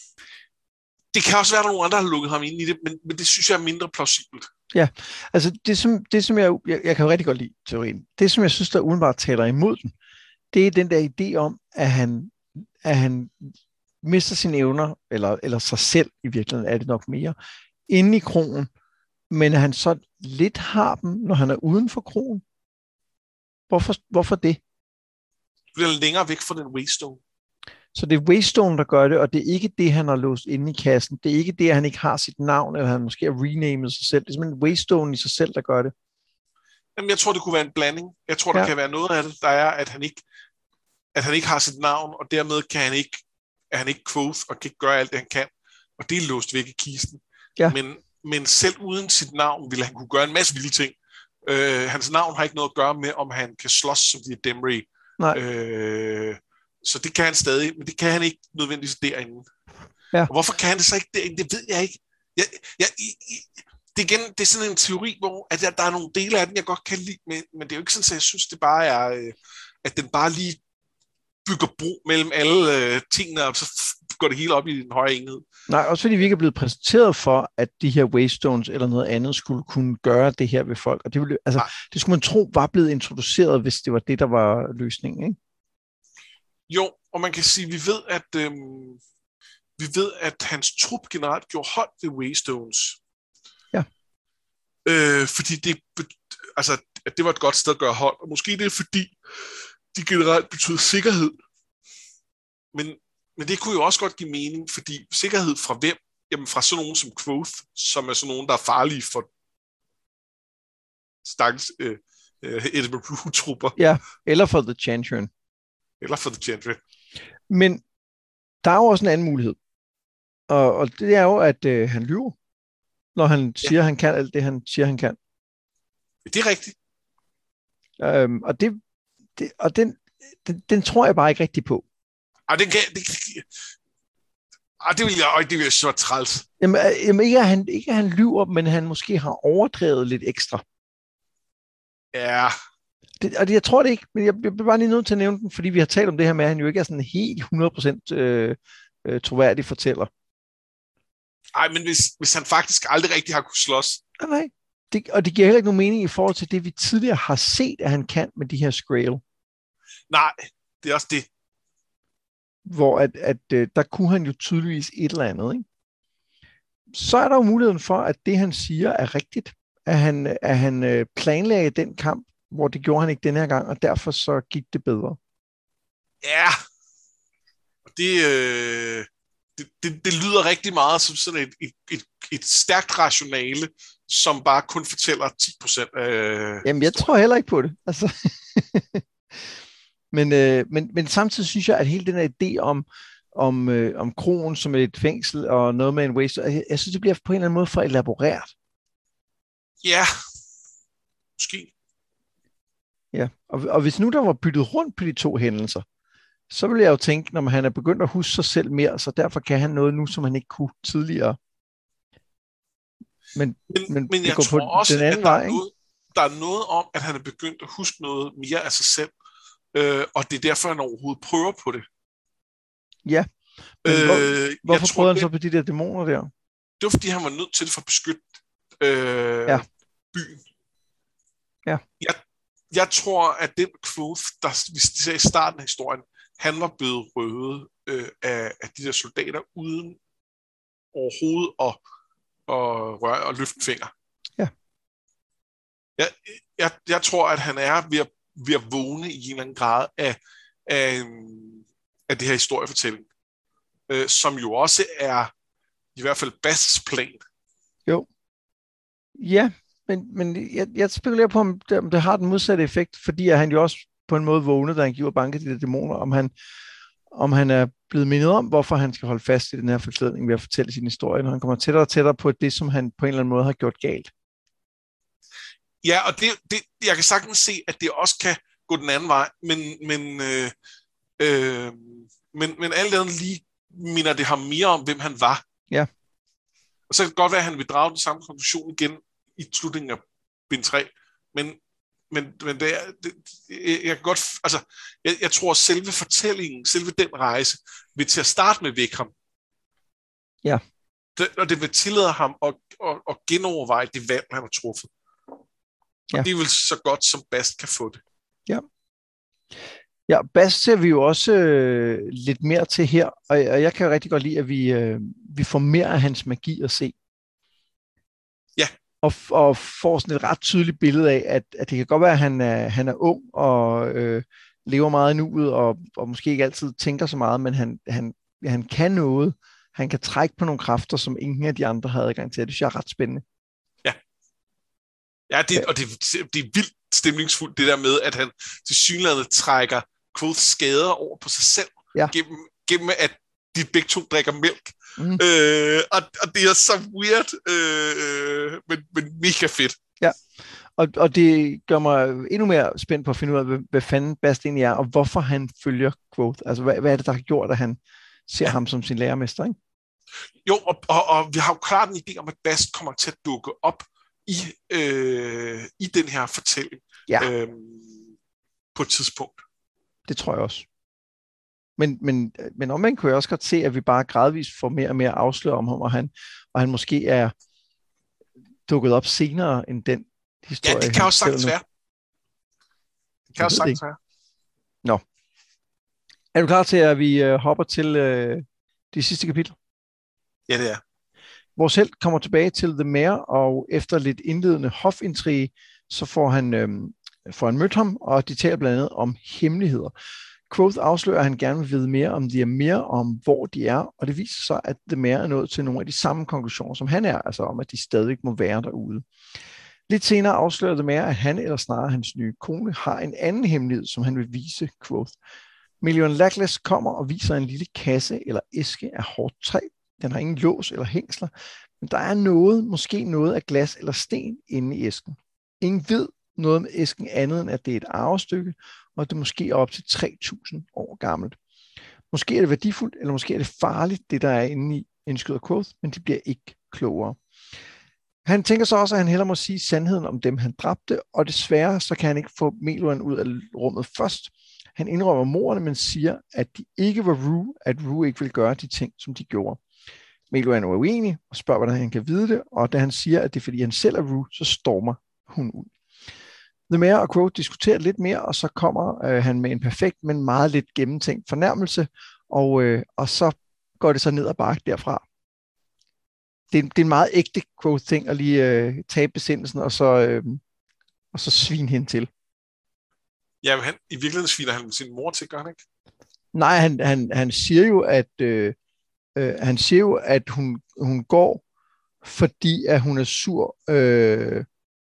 Det kan også være, at der er nogle andre, der har lukket ham inde i det, men, men det synes jeg er mindre plausibelt. Ja, altså det som, det, som jeg, jeg, jeg kan jo rigtig godt lide teorien, det som jeg synes, der udenbart taler imod den, det er den der idé om, at han, at han mister sine evner, eller, eller sig selv i virkeligheden, er det nok mere, inde i krogen, men at han så lidt har dem, når han er uden for krogen. Hvorfor, hvorfor det? Det er længere væk fra den Waystone. Så det er Waystone, der gør det, og det er ikke det, han har låst inde i kassen. Det er ikke det, at han ikke har sit navn, eller han måske har renamet sig selv. Det er simpelthen Waystone i sig selv, der gør det. Jamen, jeg tror, det kunne være en blanding. Jeg tror, der ja. kan være noget af det, der er, at han ikke, at han ikke har sit navn, og dermed kan han ikke, at han ikke quote, og kan ikke gøre alt det, han kan. Og det er låst væk i kisten. Ja. Men, men selv uden sit navn, ville han kunne gøre en masse vilde ting. Øh, hans navn har ikke noget at gøre med, om han kan slås som de Demry. Nej. Øh, så det kan han stadig, men det kan han ikke nødvendigvis derinde. Ja. Og hvorfor kan han det så ikke derinde? Det ved jeg ikke. Jeg, jeg, jeg, det, er igen, det er sådan en teori, hvor at der, der er nogle dele af den, jeg godt kan lide, men, men det er jo ikke sådan, at jeg synes, det bare er, at den bare lige bygger bro mellem alle øh, tingene, og så går det hele op i den højere enhed. Nej, også fordi vi ikke er blevet præsenteret for, at de her Waystones eller noget andet skulle kunne gøre det her ved folk. Og det, ville, altså, det skulle man tro var blevet introduceret, hvis det var det, der var løsningen, ikke? Jo, og man kan sige, vi ved, at øhm, vi ved, at hans trup generelt gjorde hold ved Waystones. Ja. Øh, fordi det, altså, at det var et godt sted at gøre hold. Og måske det er fordi, de generelt betyder sikkerhed. Men, men det kunne jo også godt give mening, fordi sikkerhed fra hvem? Jamen fra sådan nogen som Quoth, som er sådan nogen, der er farlige for stakkels øh, øh, Edinburgh Blue-trupper. Ja, eller for The Chantry. Eller for The Chantry. Men der er jo også en anden mulighed. Og, og det er jo, at øh, han lyver, når han siger, ja. han kan alt det, han siger, han kan. Det er rigtigt. Øhm, og det, det, og den, den, den tror jeg bare ikke rigtig på. Og det kan... Det, og det vil jeg det vil jeg så træls. Jamen, jamen ikke, at han, ikke at han lyver, men han måske har overdrevet lidt ekstra. Ja. Det, og det, jeg tror det ikke, men jeg, jeg bliver bare lige nødt til at nævne den, fordi vi har talt om det her med, at han jo ikke er sådan en helt hundrede procent øh, øh, troværdig fortæller. Nej, men hvis, hvis han faktisk aldrig rigtig har kunnet slås. Nej, nej. Det, og det giver heller ikke nogen mening i forhold til det, vi tidligere har set, at han kan med de her Skræl. Nej, det er også det. Hvor at, at, at der kunne han jo tydeligvis et eller andet, ikke? Så er der jo muligheden for, at det, han siger, er rigtigt. At han, at han planlagde den kamp, hvor det gjorde han ikke denne her gang, og derfor så gik det bedre. Ja, og det, øh, det, det, det lyder rigtig meget som sådan et, et, et, et stærkt rationale, som bare kun fortæller ti procent af... Jamen, jeg tror heller ikke på det. Altså... men, øh, men, men samtidig synes jeg, at hele den her idé om, om, øh, om krogen som et fængsel og noget med en waste, jeg, jeg synes, det bliver på en eller anden måde for elaboreret. Ja, måske. Ja, og, og hvis nu der var byttet rundt på de to hændelser, så ville jeg jo tænke, når han er begyndt at huske sig selv mere, så derfor kan han noget nu, som han ikke kunne tidligere. Men, men, men, men jeg går tror på også, den anden at der, vej, er noget, der er noget om, at han er begyndt at huske noget mere af sig selv, øh, og det er derfor, han overhovedet prøver på det. Ja, men øh, hvor, hvorfor tror, prøvede han det, så på de der dæmoner der? Det var, fordi han var nødt til det for at beskytte øh, ja. byen. Ja. Jeg, jeg tror, at den Quoth, der vi ser i starten af historien, han var blevet røvet øh, af, af de der soldater, uden overhovedet at, at røre og løfte en finger. Ja. Jeg, jeg, jeg tror, at han er ved at, ved at vågne i en eller anden grad af, af, af det her historiefortælling, øh, som jo også er i hvert fald Basts plan. Jo. Ja, men, men jeg, jeg spekulerer på, om det, om det har den modsatte effekt, fordi at han jo også på en måde vågnede, da han giver banket de der dæmoner, om han, om han er blevet mindet om, hvorfor han skal holde fast i den her forklædning ved at fortælle sin historie, når han kommer tættere og tættere på det, som han på en eller anden måde har gjort galt. Ja, og det, det, jeg kan sagtens se, at det også kan gå den anden vej, men, men, øh, øh, men, men alt andet lige minder det ham mere om, hvem han var. Ja. Og så kan det godt være, at han vil drage den samme konklusion igen i slutningen af bind tre, men, men, men det er, det, jeg kan godt, altså, jeg, jeg tror, at selve fortællingen, selve den rejse, vil til at starte med væk ham. Ja. Det, og det vil tillade ham at, at, at genoverveje det valg, han har truffet. Og ja. Det er vel så godt, som Bast kan få det. Ja. Ja, Bast ser vi jo også øh, lidt mere til her, og, og jeg kan jo rigtig godt lide, at vi, øh, vi får mere af hans magi at se. Ja. Og, og får sådan et ret tydeligt billede af, at, at det kan godt være, at han er, han er ung og øh, lever meget i nuet, og, og måske ikke altid tænker så meget, men han, han, han kan noget. Han kan trække på nogle kræfter, som ingen af de andre havde adgang til. Det synes jeg er ret spændende. Ja. Ja, det, og det, det er vildt stemningsfuldt, det der med, at han til synligheden trækker Quoths skader over på sig selv, ja. gennem, gennem at de begge to drikker mælk. Mm. Øh, og, og det er så weird, øh, men, men mega fedt. Ja, og, og det gør mig endnu mere spændt på at finde ud af, hvad, hvad fanden Bast egentlig er, og hvorfor han følger Quoth. Altså, hvad, hvad er det, der har gjort, at han ser ja. ham som sin lærermester, ikke? Jo, og, og, og vi har jo klart en idé om, at Bast kommer til at dukke op i, øh, i den her fortælling ja. øh, på et tidspunkt. Det tror jeg også. Men, men, men omvendt kunne jeg også godt se, at vi bare gradvist får mere og mere afsløret om ham, og han, og han måske er dukket op senere end den historie. Ja, det kan også sagtens være. Det kan også sagtens være. Nå. Er du klar til, at vi øh, hopper til øh, de sidste kapitler? Ja, det er. Vores helt kommer tilbage til The Mayor, og efter lidt indledende hofintrige, så får han, øh, får han mødt ham, og de taler blandt andet om hemmeligheder. Quoth afslører, at han gerne vil vide mere om The Emir, om hvor de er, og det viser sig, at The Mayor er nået til nogle af de samme konklusioner, som han er, altså om, at de stadig må være derude. Lidt senere afslører The Mayor, at han, eller snarere hans nye kone, har en anden hemmelighed, som han vil vise Quoth. Million Lackless kommer og viser en lille kasse eller æske af hårdt træ. Den har ingen lås eller hængsler, men der er noget, måske noget af glas eller sten inde i æsken. Ingen ved noget om æsken andet end, at det er et arvestykke, og at det måske er op til tre tusind år gammelt. Måske er det værdifuldt, eller måske er det farligt, det der er inde i, indskyder Quoth, men de bliver ikke klogere. Han tænker så også, at han hellere må sige sandheden om dem, han dræbte, og desværre så kan han ikke få Meluan ud af rummet først. Han indrømmer mordene, men siger, at de ikke var Rue, at Rue ikke ville gøre de ting, som de gjorde. Meluan er uenig og spørger, hvordan han kan vide det, og da han siger, at det er fordi han selv er Rue, så stormer hun ud. The Mayor og Quoth diskuterer lidt mere, og så kommer øh, han med en perfekt, men meget lidt gennemtænkt fornærmelse, og, øh, og så går det så ned ad bakke derfra. Det er, det er en meget ægte Quoth-ting at lige øh, tabe besindelsen, og så, øh, og så svine hende til. Ja, men han, i virkeligheden sviner han sin mor til, gør han ikke? Nej, han, han, han siger jo, at øh, øh, han siger jo, at hun, hun går, fordi at hun er sur. Øh,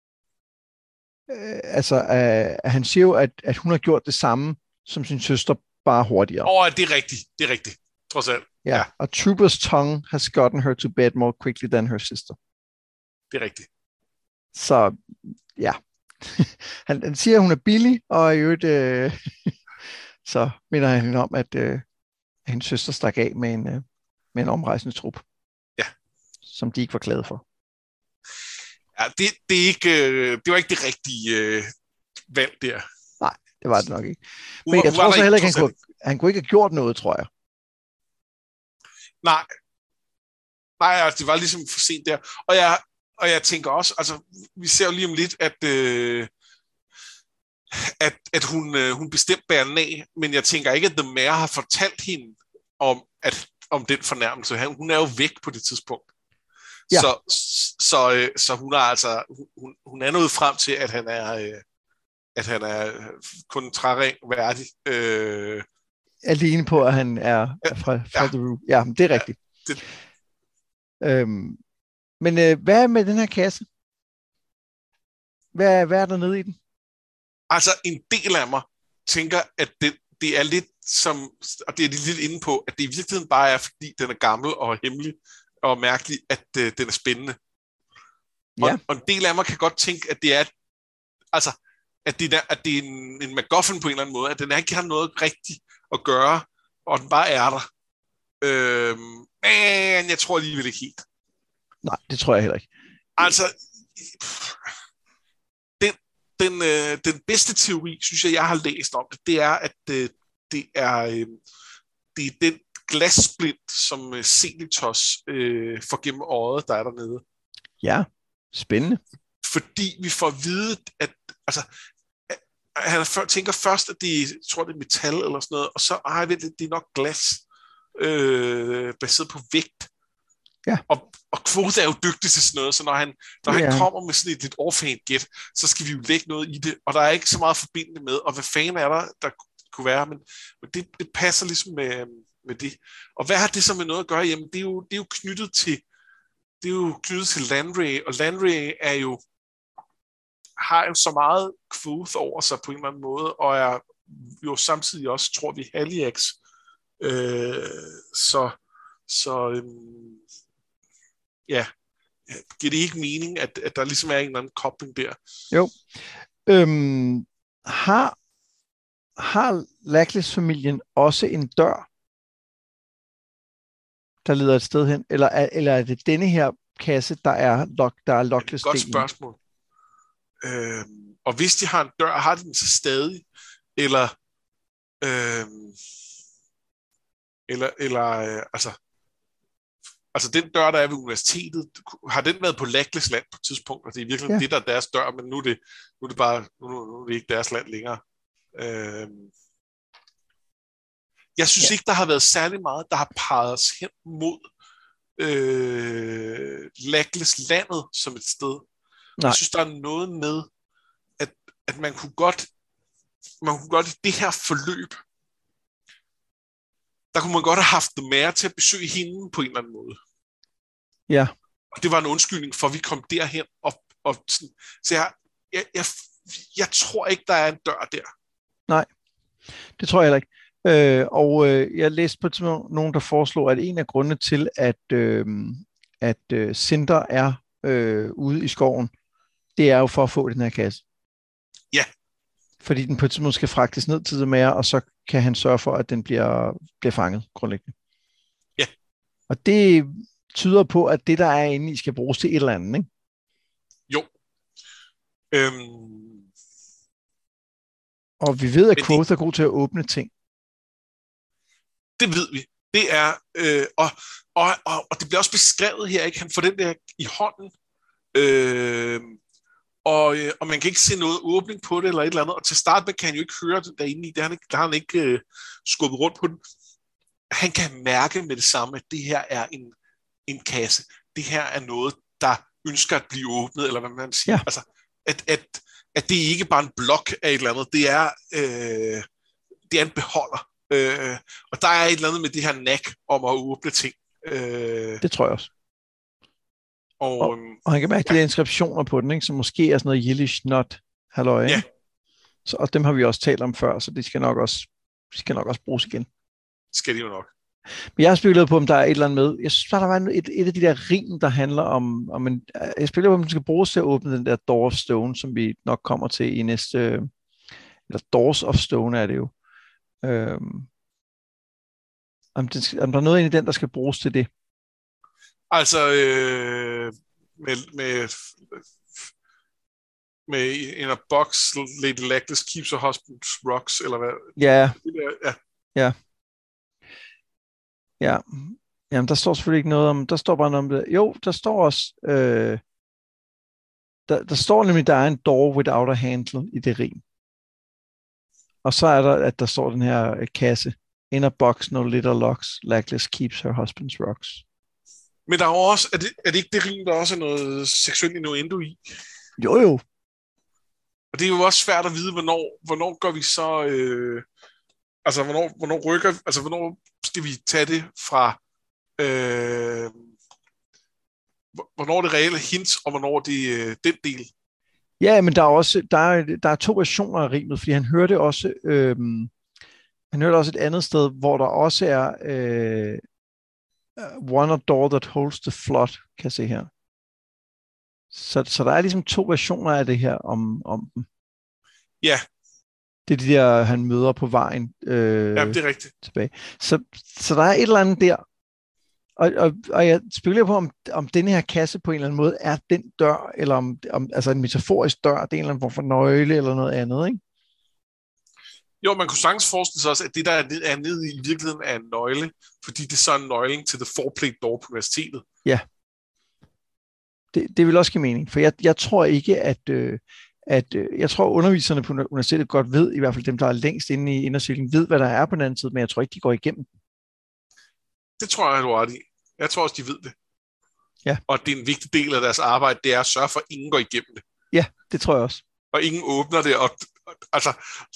øh, altså, øh, han siger jo, at, at hun har gjort det samme som sin søster, bare hurtigere. Åh, oh, det er rigtigt. Det er rigtigt. Trods alt. Ja, og Trooper's tongue has gotten her to bed more quickly than her sister. Det er rigtigt. Så, ja. han, han siger, at hun er billig, og i øvrigt, øh, så minder han hende om, at øh, hendes søster stak af med en, øh, med en omrejsende trup. Ja. Som de ikke var glade for. Ja, det, det, er ikke, øh, det var ikke det rigtige øh, valg der. Nej, det var det nok ikke. Men jeg tror så heller ikke, han kunne, han kunne ikke have gjort noget, tror jeg. Nej. Nej, altså, det var ligesom for sent der. Og jeg, og jeg tænker også, altså, vi ser jo lige om lidt, at, øh, at, at hun, øh, hun bestemt bærer den af, men jeg tænker ikke, at The Mayor har fortalt hende om, at, om den fornærmelse. Hun er jo væk på det tidspunkt. Ja. Så, så, øh, så hun er altså, hun, hun er nået frem til, at han er, øh, at han er kun træring værdig. Øh, Alene på, at han er fra, fra ja. The Rue. Ja, det er rigtigt. Ja, det... Øhm, men øh, hvad er med den her kasse? Hvad, hvad er der nede i den? Altså, en del af mig tænker, at det, det er lidt som, og det er de lidt inde på, at det i virkeligheden bare er, fordi den er gammel og hemmelig og mærkelig, at øh, den er spændende. Ja. Og, og en del af mig kan godt tænke, at det er, altså, at det er, at det er en, en MacGuffin på en eller anden måde, at den ikke har noget rigtigt at gøre, og den bare er der. Øh, men jeg tror alligevel ikke helt. Nej, det tror jeg heller ikke. Altså, den, den, øh, den bedste teori, synes jeg, jeg har læst om det, det er, at øh, det er, øh, det er den glassplint, som øh, Selitos øh, får gennem øjet, der er dernede. Ja, spændende. Fordi vi får at vide, at altså, at, at han tænker først, at det er, jeg tror, det er metal eller sådan noget, og så ej, vent lidt, det er nok glas, øh, baseret på vægt. Ja. Og, og Quoth er jo dygtig til sådan noget, så når han, når ja. han kommer med sådan et lidt offhand gæt, så skal vi jo lægge noget i det, og der er ikke så meget forbindende med, og hvad fanden er der, der kunne være, men, men det, det passer ligesom med, med det. Og hvad har det så med noget at gøre? Jamen, det er jo, det er jo knyttet til det er jo knyttet til Landry, og Landry er jo har jo så meget Quoth over sig på en eller anden måde, og er jo samtidig også, tror vi, Haliax. Øh, så så øhm, ja, giver det ikke mening, at, at der ligesom er en eller anden kobling der? Jo. Øhm, har har Lackless-familien også en dør, der leder et sted hen, eller er, eller er det denne her kasse, der er, lock, der er Lackless? Det er et godt spørgsmål. Øhm, og hvis de har en dør, har de den så stadig, eller øhm, eller, eller øh, altså altså den dør, der er ved universitetet, har den været på Lackless land på et tidspunkt, og det er virkelig ja. det, der er deres dør, men nu er det, nu er det bare, nu, nu er det ikke deres land længere. Øhm, jeg synes ja. ikke, der har været særlig meget, der har peget os hen mod øh, Lackless landet som et sted. Nej. Jeg synes, der er noget med, at, at man kunne godt, man kunne godt i det her forløb, der kunne man godt have haft det mere til at besøge hende på en eller anden måde. Ja. Og det var en undskyldning for, at vi kom derhen. Og, og sådan. Så jeg, jeg, jeg, jeg tror ikke, der er en dør der. Nej, det tror jeg heller ikke. Øh, og øh, jeg læste på nogen, der foreslår, at en af grundene til, at, øh, at øh, Cinder er øh, ude i skoven, det er jo for at få den her kasse. Ja. Fordi den på et tidspunkt skal fragtes ned til det mere, og så kan han sørge for, at den bliver, bliver fanget grundlæggende. Ja. Og det tyder på, at det, der er inde i, skal bruges til et eller andet, ikke? Jo. Øhm... Og vi ved, at Quoth er god til at åbne ting. Det ved vi. Det er, øh, og, og, og, og det bliver også beskrevet her, ikke? Han får den der i hånden, øh, og, øh, og man kan ikke se noget åbning på det, eller et eller andet, og til start med kan han jo ikke høre det derinde i, der har han ikke, der har han ikke øh, skubbet rundt på den. Han kan mærke med det samme, at det her er en, en kasse. Det her er noget, der ønsker at blive åbnet, eller hvad man siger. Ja. Altså, at, at, at det ikke bare er en blok af et eller andet, det er, øh, det er en beholder. Øh, og der er et eller andet med det her knack om at åbne ting. Øh, det tror jeg også. Og, og, og han kan mærke ja. de der inskriptioner på den, ikke, som måske er sådan noget Yillish Not halløj. Ja. Så, og dem har vi også talt om før, så de skal nok også, de skal nok også bruges igen. Skal de jo nok. Men jeg har spekuleret på, om der er et eller andet med. Jeg synes bare, der var et, et af de der rim, der handler om, om en, jeg spekulerer på, om den skal bruges til at åbne den der Door of Stone, som vi nok kommer til i næste, eller Doors of Stone er det jo. Øhm, om, det, om der er noget inde i den, der skal bruges til det. Altså øh, med, med med in a box Lady Lackless keeps her husband's rocks, eller hvad? Ja. Ja. Ja. Ja. Jamen, der står selvfølgelig ikke noget om, der står bare noget om det. Jo, der står også, øh, der, der står nemlig, der er en door without a handle i det rim. Og så er der, at der står den her øh, kasse. In a box, no little locks, Lackless keeps her husband's rocks. Men der er også, er det, er det ikke det rim, der også er noget seksuelt innuendo i? Jo, jo. Og det er jo også svært at vide, hvornår, hvornår gør vi så, øh, altså hvornår, hvornår rykker, altså hvornår skal vi tage det fra, øh, hvornår er det reelle hint, og hvornår er det øh, den del? Ja, men der er også, der er, der er to versioner af rimet, fordi han hørte også, øh, Han hørte også et andet sted, hvor der også er øh, one door that holds the flood, kan jeg se her. Så, så der er ligesom to versioner af det her om, om dem. Ja. Det er de der, han møder på vejen øh, ja, det er rigtigt. Tilbage. Så, så der er et eller andet der. Og, og, og jeg spekulerer på, om, om denne her kasse på en eller anden måde er den dør, eller om, om altså en metaforisk dør, det er en eller anden form for nøgle eller noget andet, ikke? Jo, man kunne sagtens forestille sig også, at det, der er nede, er nede i virkeligheden, er en nøgle, fordi det er så en nøgling til The Four-Plate Door på universitetet. Ja. Det, det vil også give mening, for jeg, jeg tror ikke, at, øh, at øh, jeg tror, underviserne på universitetet godt ved, i hvert fald dem, der er længst inde i indercirklen, ved, hvad der er på den anden side, men jeg tror ikke, de går igennem. Det tror jeg, du har ret i. Jeg tror også, de ved det. Ja. Og det er en vigtig del af deres arbejde, det er at sørge for, at ingen går igennem det. Ja, det tror jeg også. Og ingen åbner det, og, og altså...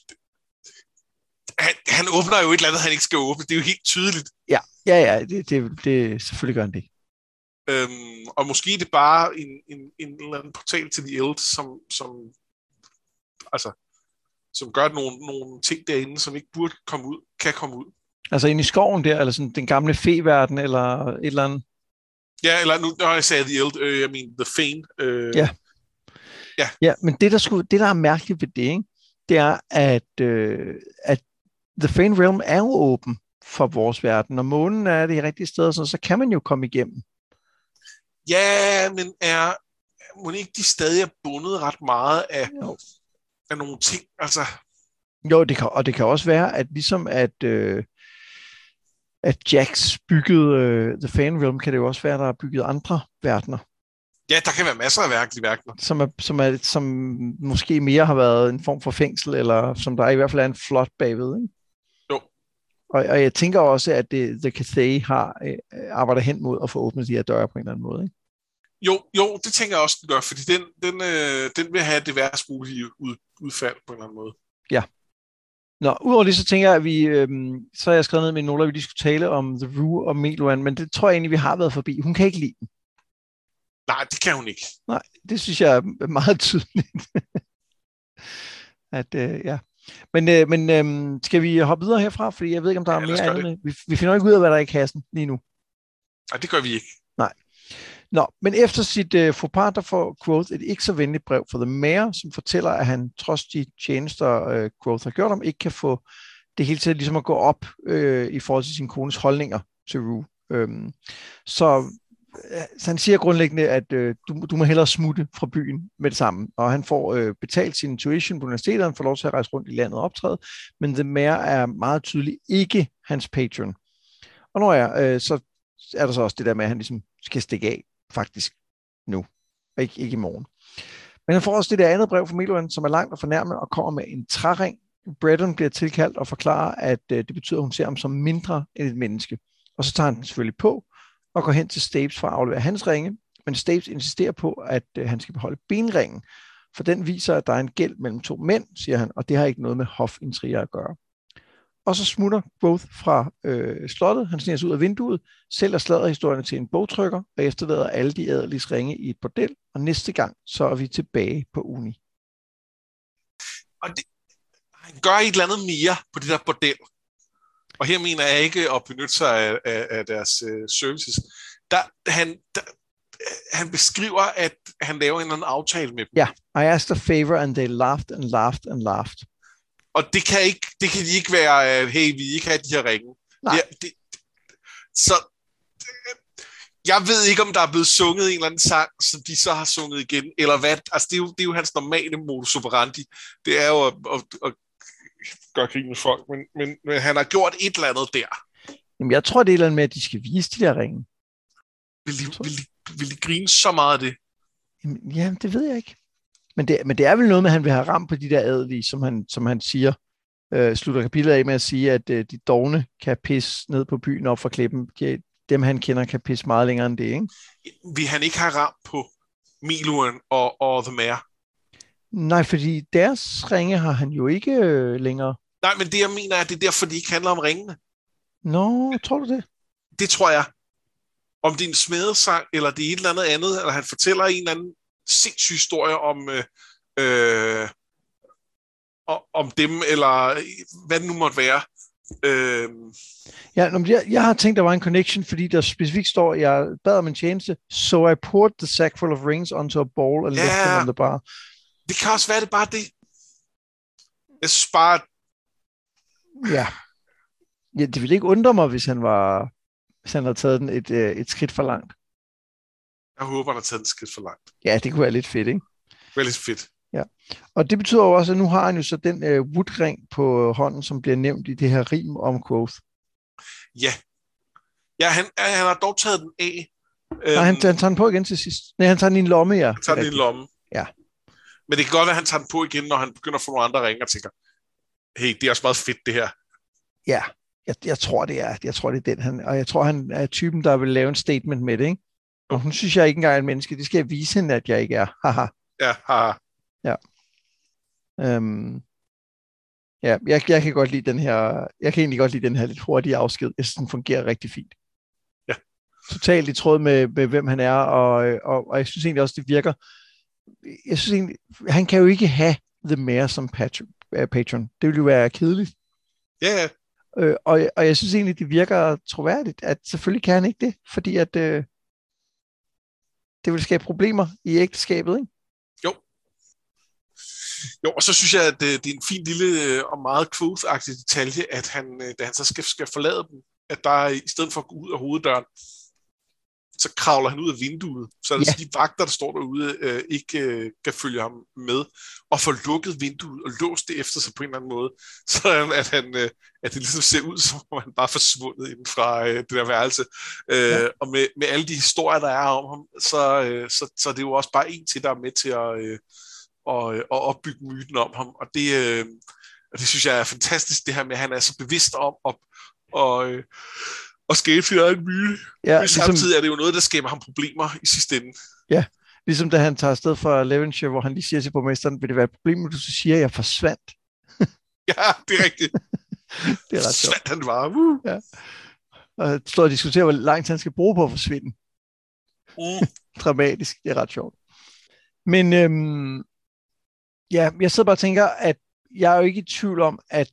Han, han åbner jo et eller andet, han ikke skal åbne. Det er jo helt tydeligt. Ja, ja, ja det, det, det selvfølgelig gør han det. Øhm, og måske er det bare en, en, en eller anden portal til The Eld, som, som, altså, som gør, at nogle, nogle ting derinde, som ikke burde komme ud, kan komme ud. Altså inde i skoven der, eller sådan den gamle fe-verden, eller et eller andet? Ja, eller nu, når jeg sagde The Eld, øh, jeg mener The Fane. Øh, ja. ja. Ja, men det der, skulle, det, der er mærkeligt ved det, ikke, det er, at, øh, at The Fane Realm er jo åben for vores verden, og månen er det rigtige sted, så, så kan man jo komme igennem. Ja, men er må ikke de stadig er bundet ret meget af, af nogle ting? Altså... Jo, det kan, og det kan også være, at ligesom at, øh, at Jax byggede øh, The Fane Realm, kan det jo også være, at der er bygget andre verdener. Ja, der kan være masser af virkelige verdener. Som, er, som, er, som måske mere har været en form for fængsel, eller som der i hvert fald er en flot bagved, ikke? Jo. Og, og jeg tænker også, at det, The Cathay har øh, arbejder hen mod at få åbnet de her døre på en eller anden måde, ikke? Jo, jo, det tænker jeg også, den gør, fordi den, den, øh, den vil have det værst mulige ud, udfald på en eller anden måde. Ja. Nå, udover det, så tænker jeg, at vi, øh, så har jeg skrevet ned med Nola, at vi lige skulle tale om The Rue og Meluan, men det tror jeg egentlig, vi har været forbi. Hun kan ikke lide den. Nej, det kan hun ikke. Nej, det synes jeg er meget tydeligt. at, øh, ja. Men, øh, men øh, skal vi hoppe videre herfra? Fordi jeg ved ikke, om der er ja, mere andet med. Vi, vi finder ikke ud af, hvad der er i kassen lige nu. Nej, det gør vi ikke. Nej. Nå, men efter sit øh, faux pas, der får Quoth et ikke så venligt brev fra The Mayor, som fortæller, at han trods de tjenester, øh, Quoth har gjort ham, ikke kan få det hele til ligesom at gå op øh, i forhold til sin kones holdninger til Rue. Øhm, så, øh, så han siger grundlæggende, at øh, du, du må hellere smutte fra byen med det samme. Og han får øh, betalt sin tuition på universitetet, han får lov til at rejse rundt i landet og optræde, men The Mayor er meget tydeligt ikke hans patron. Og når jeg, øh, så er der så også det der med, at han ligesom skal stikke af faktisk nu, og ikke, ikke i morgen. Men han får også det der andet brev fra Meluan, som er langt og fornærmende, og kommer med en træring. Breton bliver tilkaldt og forklarer, at øh, det betyder, at hun ser ham som mindre end et menneske. Og så tager han den selvfølgelig på, og går hen til Stapes for at aflevere hans ringe, men Stapes insisterer på, at øh, han skal beholde benringen, for den viser, at der er en gæld mellem to mænd, siger han, og det har ikke noget med hofintriger at gøre. Og så smutter Quoth fra øh, slottet. Han sniger sig ud af vinduet, sælger sladderhistorierne til en bogtrykker, og efterlader alle de adeliges ringe i et bordel. Og næste gang, så er vi tilbage på uni. Og det, han gør et eller andet mere på det der bordel. Og her mener jeg ikke at benytte sig af, af, af deres uh, services. Der, han, der, han beskriver, at han laver en eller anden aftale med dem. Ja, I asked a favor, and they laughed and laughed and laughed. Og det kan, ikke, det kan ikke være, hey, vi ikke har de her ringe. Nej. Ja, det, så jeg ved ikke, om der er blevet sunget en eller anden sang, som de så har sunget igen, eller hvad. Altså, det er jo, det er jo hans normale modus operandi. Det er jo at, at, at gøre grin med folk, men, men, men han har gjort et eller andet der. Jamen, jeg tror, det er et eller andet med, at de skal vise de der ringe. Vil de, vil de, vil de grine så meget af det? Jamen, ja, det ved jeg ikke. Men det, men det er vel noget med, at han vil have ramt på de der adelige, som han, som han siger, øh, slutter kapitlet af med at sige, at øh, de dogne kan pisse ned på byen op fra klippen. De, dem, han kender, kan pisse meget længere end det, ikke? Vil han ikke have ramt på Meluan og, og The Mayor? Nej, fordi deres ringe har han jo ikke øh, længere. Nej, men det jeg mener er, at det er derfor, det ikke handler om ringene. Nå, tror du det? Det tror jeg. Om det er en smedesang, eller det er et eller andet andet, eller han fortæller en eller anden sindssyg historie om, øh, øh, om dem, eller hvad det nu måtte være. Øhm, Ja, nå, men jeg, jeg har tænkt, der var en connection, fordi der specifikt står, jeg bad om en tjeneste, so I poured the sack full of rings onto a bowl and left them ja, on the bar. det kan også være, det er bare det. Jeg synes bare, Ja. Ja, det ville ikke undre mig, hvis han var, hvis han havde taget den et, øh, et skridt for langt. jeg håber, han har taget den skridt for langt. Ja, det kunne være lidt fedt, ikke? Det er lidt fedt. Ja. Og det betyder jo også, at nu har han jo så den øh, woodring på hånden, som bliver nævnt i det her rim om Quoth. Ja. Ja, han, han har dog taget den af. Nej, han, han tager den på igen til sidst. Nej, han tager den i en lomme, ja. Han tager den i en lomme. Ja. Men det kan godt være, at han tager den på igen, når han begynder at få nogle andre ringe og tænker, hey, det er også meget fedt, det her. Ja, jeg, jeg tror, det er. Jeg tror, det er den. Han, og jeg tror, han er typen, der vil lave en statement med det, ikke? Og hun synes, jeg ikke engang er en menneske. Det skal jeg vise hende, at jeg ikke er. Haha. Ja, haha. Ja. Øhm. Ja, jeg, jeg kan godt lide den her, jeg kan egentlig godt lide den her lidt hurtige afsked. Jeg synes, den fungerer rigtig fint. Ja. Totalt i tråd med, med hvem han er, og, og, og jeg synes egentlig også, det virker. Jeg synes egentlig, han kan jo ikke have The Mayor som patron. patron. Det ville jo være kedeligt. Ja, yeah. øh, og, og jeg synes egentlig, det virker troværdigt, at selvfølgelig kan han ikke det, fordi at øh, det vil skabe problemer i ægteskabet, ikke? Jo. Jo, og så synes jeg, at det, det er en fin lille og meget Quoth-agtig detalje, at han, da han så skal, skal forlade dem, at der i stedet for at gå ud af hoveddøren, så kravler han ud af vinduet, så yeah. de vagter, der står derude, øh, ikke øh, kan følge ham med, og får lukket vinduet og låst det efter sig på en eller anden måde, så at, han, øh, at det ligesom ser ud, som om han bare er forsvundet inden fra øh, det der værelse. Øh, ja. Og med, med alle de historier, der er om ham, så, øh, så, så det er jo også bare en til, der er med til at, øh, og, at opbygge myten om ham, og det, øh, og det synes jeg er fantastisk, det her med, at han er så bevidst om at og, øh, og skabe sin egen myte. Ja, ligesom, samtidig er det jo noget, der skaber ham problemer i sidste ende. Ja, ligesom da han tager afsted fra Levenshire, hvor han lige siger til borgmesteren, vil det være et problem, når du så siger, at jeg forsvandt? Ja, det er rigtigt. Det er ret forsvandt han var. Uh. Ja. Og står og diskuterer, hvor langt han skal bruge på at forsvinde. Mm. Dramatisk, det er ret sjovt. Men øhm, ja, jeg sidder bare og tænker, at jeg er jo ikke i tvivl om, at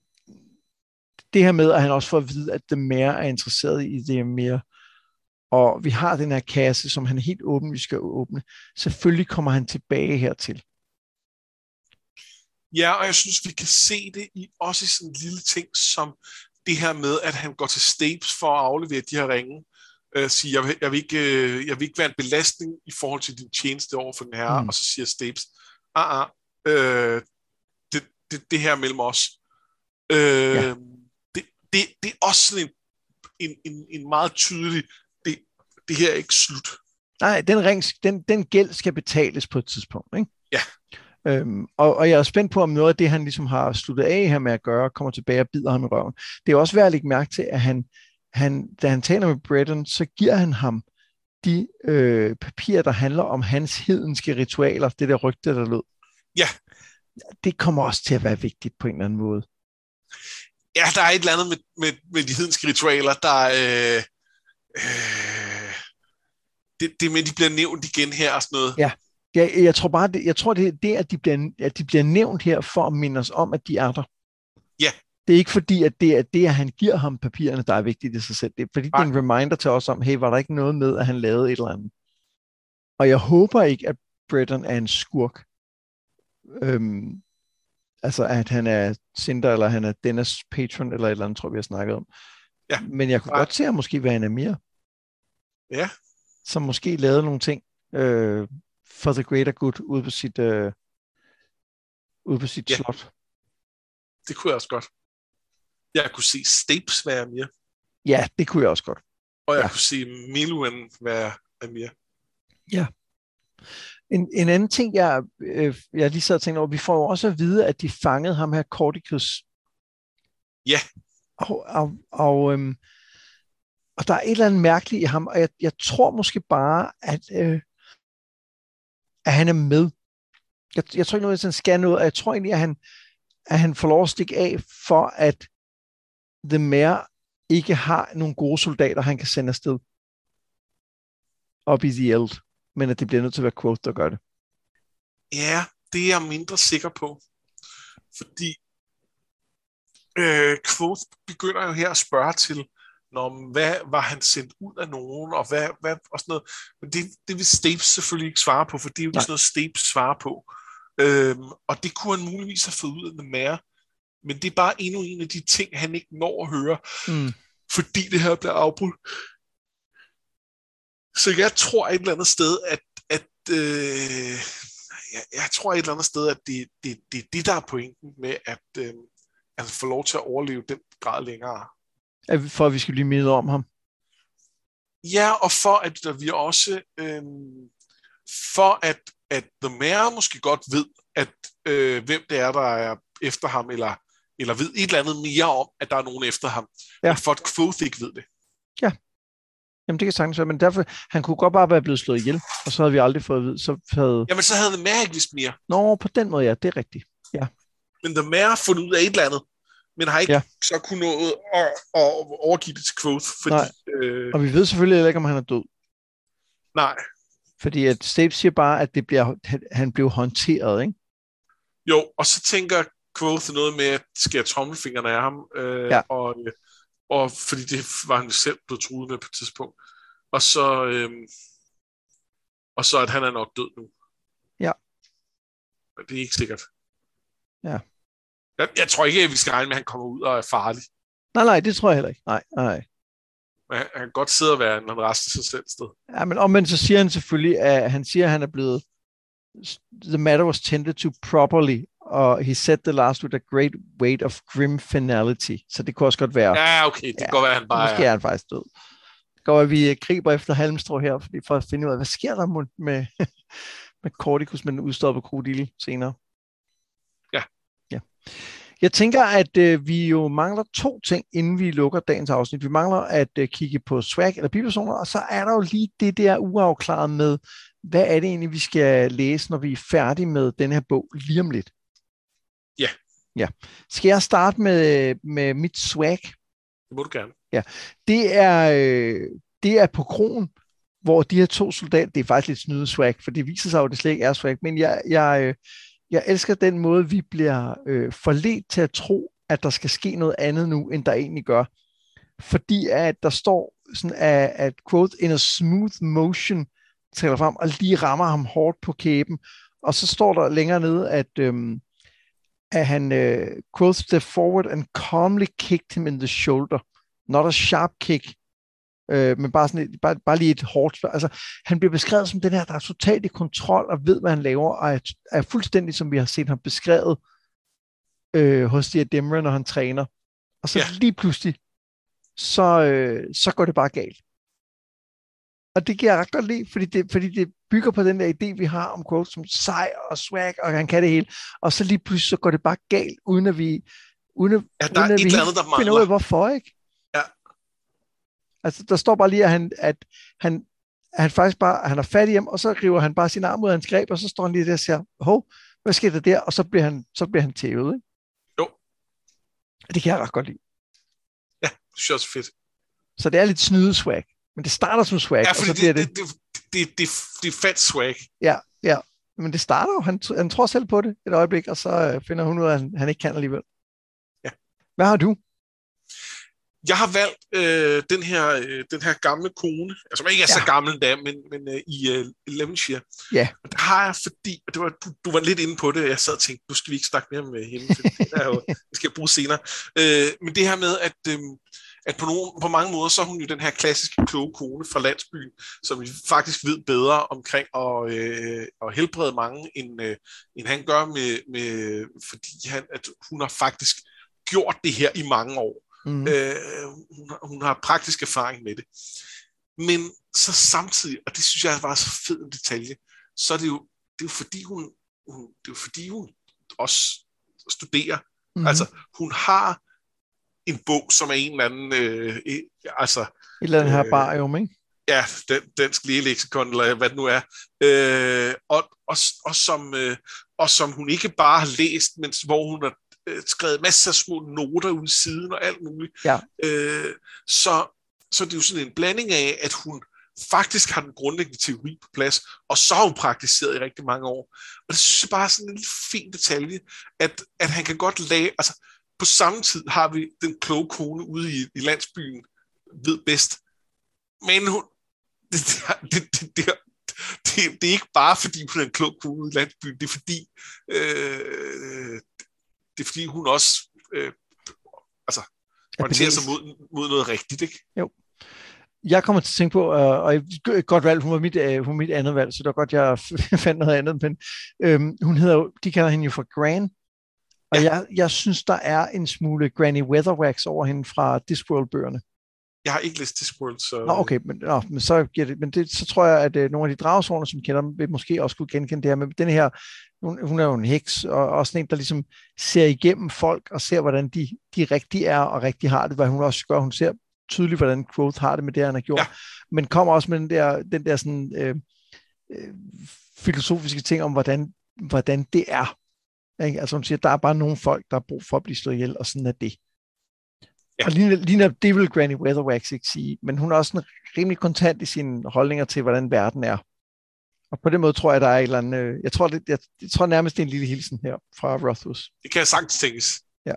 det her med, at han også får at vide, at The Mayor er interesseret i det mere, og vi har den her kasse, som han helt åben, vi skal åbne. Selvfølgelig kommer han tilbage hertil. Ja, og jeg synes, vi kan se det i også i sådan en lille ting, som det her med, at han går til Stapes for at aflevere de her ringe. Øh, siger, jeg vil, jeg, vil ikke, øh, jeg vil ikke være en belastning i forhold til din tjeneste over for den herre, mm. og så siger Stapes, ah, ah, øh, det, det, det her mellem os. Øh, ja. det, det, det er også sådan en, en, en, en meget tydelig, det, det her er ikke slut. Nej, den, ring, den, den gæld skal betales på et tidspunkt, ikke? Ja. Øhm, og, og jeg er spændt på, om noget af det, han ligesom har sluttet af her med at gøre, kommer tilbage og bider ham i røven. Det er også værd at lægge mærke til, at han, han, da han taler med Breton, så giver han ham de øh, papirer, der handler om hans hedenske ritualer, det der rygte, der lød. Ja. Det kommer også til at være vigtigt på en eller anden måde. Ja, der er et eller andet med, med, med de hedenske ritualer, der øh, øh, det, det med, de bliver nævnt igen her og sådan noget. Ja. Jeg, jeg tror bare, det, jeg tror, det er det, at de, bliver, at de bliver nævnt her for at minde os om, at de er der. Ja. Det er ikke fordi, at det er det, at han giver ham papirerne, der er vigtigt i sig selv. Det er fordi, Nej. det er en reminder til os om, hey, var der ikke noget med, at han lavede et eller andet? Og jeg håber ikke, at Breton er en skurk. Øhm, altså, at han er Cinder, eller han er Dennis patron, eller et eller andet, tror vi har snakket om. Ja. Men jeg kunne Nej. godt se, at måske være en Amir. Ja. Som måske lavede nogle ting, øh, for the greater good ude på sit, øh, ude på sit ja. slot. Det kunne jeg også godt. Jeg kunne se Stapes være Amir. Ja, det kunne jeg også godt. Og jeg ja. kunne se Miluen være Amir. Ja. En, en anden ting, jeg, øh, jeg lige sad og tænkte over, vi får jo også at vide, at de fangede ham her, Cordicus. Ja. Og, og, og, øhm, og der er et eller andet mærkeligt i ham, og jeg, jeg tror måske bare, at øh, at han er med. Jeg, jeg tror ikke noget, at han skal noget, og jeg tror egentlig, at han, at han får lov at stikke af, for at The Mayor ikke har nogle gode soldater, han kan sende afsted op i The Eld, men at det bliver nødt til at være Quoth, der gør det. Ja, det er jeg mindre sikker på. Fordi øh, Quoth begynder jo her at spørge til, når, hvad var han sendt ud af nogen, og hvad, hvad og sådan noget. Men det, det vil Stapes selvfølgelig ikke svare på, for det er jo ikke sådan noget, Stapes svarer på. Øhm, og det kunne han muligvis have fået ud af The Mayor, men det er bare endnu en af de ting, han ikke når at høre, mm. fordi det her bliver afbrudt. Så jeg tror et eller andet sted, at, at øh, jeg, jeg tror et eller andet sted, at det, det, det er det, der er pointen med, at øh, han får lov til at overleve den grad længere. For at vi skal blive mindet om ham. Ja, og for at vi også øh, for at, at The Mayor måske godt ved, at øh, hvem det er, der er efter ham, eller, eller ved et eller andet mere om, at der er nogen efter ham. Ja. Men for at Quoth ikke ved det. Ja. Jamen det kan sagtens være, men derfor, han kunne godt bare være blevet slået ihjel, og så havde vi aldrig fået at vide. Så havde... Jamen så havde The Mayor ikke vidst mere. Nå, på den måde, ja, det er rigtigt. Ja. Men The Mayor har fundet ud af et eller andet, men har ikke ja. så kunne noget at, at overgive det til Quoth. Fordi, Nej, øh... og vi ved selvfølgelig heller ikke, om han er død. Nej. Fordi at Stapes siger bare, at det bliver, han blev håndteret, ikke? Jo, og så tænker Quoth noget med, at det skærer tommelfingrene af ham, øh, ja. og, og fordi det var han selv blevet truet med på et tidspunkt. Og så, øh, og så at han er nok død nu. Ja. Men det er ikke sikkert. Ja. Jeg, jeg tror ikke, at vi skal regne med, at han kommer ud og er farlig. Nej, nej, det tror jeg heller ikke. Nej, nej. Men han, han kan godt sidde og være en rest af sig selv sted. Ja, men omvendt så siger han selvfølgelig, at han siger, at han er blevet the matter was tended to properly, og he said the last with a great weight of grim finality. Så det kunne også godt være... Ja, okay, det ja, kan godt være, at han bare måske er han faktisk død. Det går, at vi griber efter halmstrå her, fordi for at finde ud af, hvad sker der med, med, med Corticus, med den udstoppede krokodil senere. Ja. Ja. Jeg tænker, at øh, vi jo mangler to ting, inden vi lukker dagens afsnit. Vi mangler at øh, kigge på swag eller bipersoner, og så er der jo lige det der uafklaret med, hvad er det egentlig, vi skal læse, når vi er færdige med den her bog lige om lidt. Ja. Ja. Skal jeg starte med, med mit swag? Det må du gerne. Ja. Det er, øh, det er på kroen, hvor de her to soldater, det er faktisk lidt snyde swag, for det viser sig jo, at det slet ikke er swag, men jeg, jeg, øh, jeg elsker den måde, vi bliver øh, forledt til at tro, at der skal ske noget andet nu, end der egentlig gør. Fordi at der står sådan, at, at quote, in a smooth motion, træder frem og lige rammer ham hårdt på kæben. Og så står der længere nede, at, øhm, at han øh, quote, step forward and calmly kicked him in the shoulder. Not a sharp kick, øh, men bare, sådan et, bare, bare lige et hårdt. Altså, han bliver beskrevet som den her, der er totalt i kontrol og ved, hvad han laver, og er, er fuldstændig, som vi har set ham beskrevet øh, hos de her Demre, når han træner. Og så yeah. lige pludselig, så, øh, så går det bare galt. Og det giver jeg ret godt lide, fordi det, fordi det bygger på den der idé, vi har om Quoth som sej og swag, og han kan det hele. Og så lige pludselig, så går det bare galt, uden at vi, uden at, ja, der uden at vi andet, finder ud af, hvorfor, ikke? Ja. Altså, der står bare lige, at han, at han, at han faktisk bare, han er fat i ham, og så river han bare sin arm ud af hans greb, og så står han lige der og siger, hov, hvad sker der der? Og så bliver han, så bliver han tævet, ikke? Jo. Det kan jeg ret godt lide. Ja, det synes jeg også fedt. Så det er lidt snyde swag. Men det starter som swag. Ja, fordi og så det, det, det, det, det, det, det er fat swag. Ja, ja. Men det starter jo. Han, han tror selv på det et øjeblik, og så finder hun ud af, at han, han ikke kan alligevel. Ja. Hvad har du? Jeg har valgt øh, den, her, øh, den her gamle kone, altså som ikke er ja. så gammel endda, men, men øh, i øh, Levenshire. Ja. Og det har jeg, fordi, og det var, du, du var lidt inde på det, jeg sad og tænkte, nu skal vi ikke snakke mere med hende, for det er jo, det skal jeg bruge senere. Øh, men det her med, at... Øh, at på, nogle, på mange måder, så er hun jo den her klassiske kloge kone fra landsbyen, som vi faktisk ved bedre omkring at, øh, at helbrede mange, end, øh, end han gør, med, med, fordi han, at hun har faktisk gjort det her i mange år. Mm. Øh, hun, har, hun har praktisk erfaring med det. Men så samtidig, og det synes jeg var så fed en detalje, så er det jo, det er jo fordi hun, hun, det er jo fordi hun også studerer. Mm. Altså, hun har en bog, som er en eller anden, øh, altså... Et eller andet herbarium, ikke? Ja, den, dansk lægeleksikon, eller hvad det nu er. Øh, og, og, og, som, øh, og som hun ikke bare har læst, men hvor hun har øh, skrevet masser af små noter ud i siden og alt muligt. Ja. Øh, så, så det er jo sådan en blanding af, at hun faktisk har den grundlæggende teori på plads, og så har hun praktiseret i rigtig mange år. Og det synes jeg bare er sådan en lille fin detalje, at, at han kan godt lave... Altså, på samme tid har vi den kloge kone ude i, i landsbyen, ved bedst. Men hun, det, det, det, det, det, det er ikke bare, fordi hun er en klog kone ude i landsbyen, det er fordi, øh, det er fordi hun også øh, altså, orienterer sig mod, mod noget rigtigt, ikke? Jo. Jeg kommer til at tænke på, uh, og et godt valg, hun var, mit, uh, hun var mit andet valg, så det var godt, jeg fandt noget andet, men øhm, hun hedder jo, de kalder hende jo for Gran, og ja. jeg, jeg synes, der er en smule Granny Weatherwax over hende fra Discworld-bøgerne. Jeg har ikke læst Discworld, så... Nå, okay, men, nå, men, så, giver det, men det, så tror jeg, at uh, nogle af de dragesårene, som kender dem, vil måske også kunne genkende det her, men den her, hun, hun er jo en heks, og også en, der ligesom ser igennem folk, og ser, hvordan de, de rigtig er, og rigtig har det, hvad hun også gør, hun ser tydeligt, hvordan Quoth har det med det, han har gjort, ja. Men kommer også med den der, den der sådan, øh, øh, filosofiske ting om, hvordan, hvordan det er. Ikke? Altså hun siger, der er bare nogle folk, der har brug for at blive slået ihjel, og sådan er det. Ja. Og lige, lige det vil Granny Weatherwax ikke sige, men hun er også sådan rimelig kontant i sine holdninger til, hvordan verden er. Og på den måde tror jeg, der er et eller andet, øh, jeg tror, det, jeg, jeg tror nærmest, det er en lille hilsen her fra Rothfuss. Det kan jeg sagtens tænkes. Ja.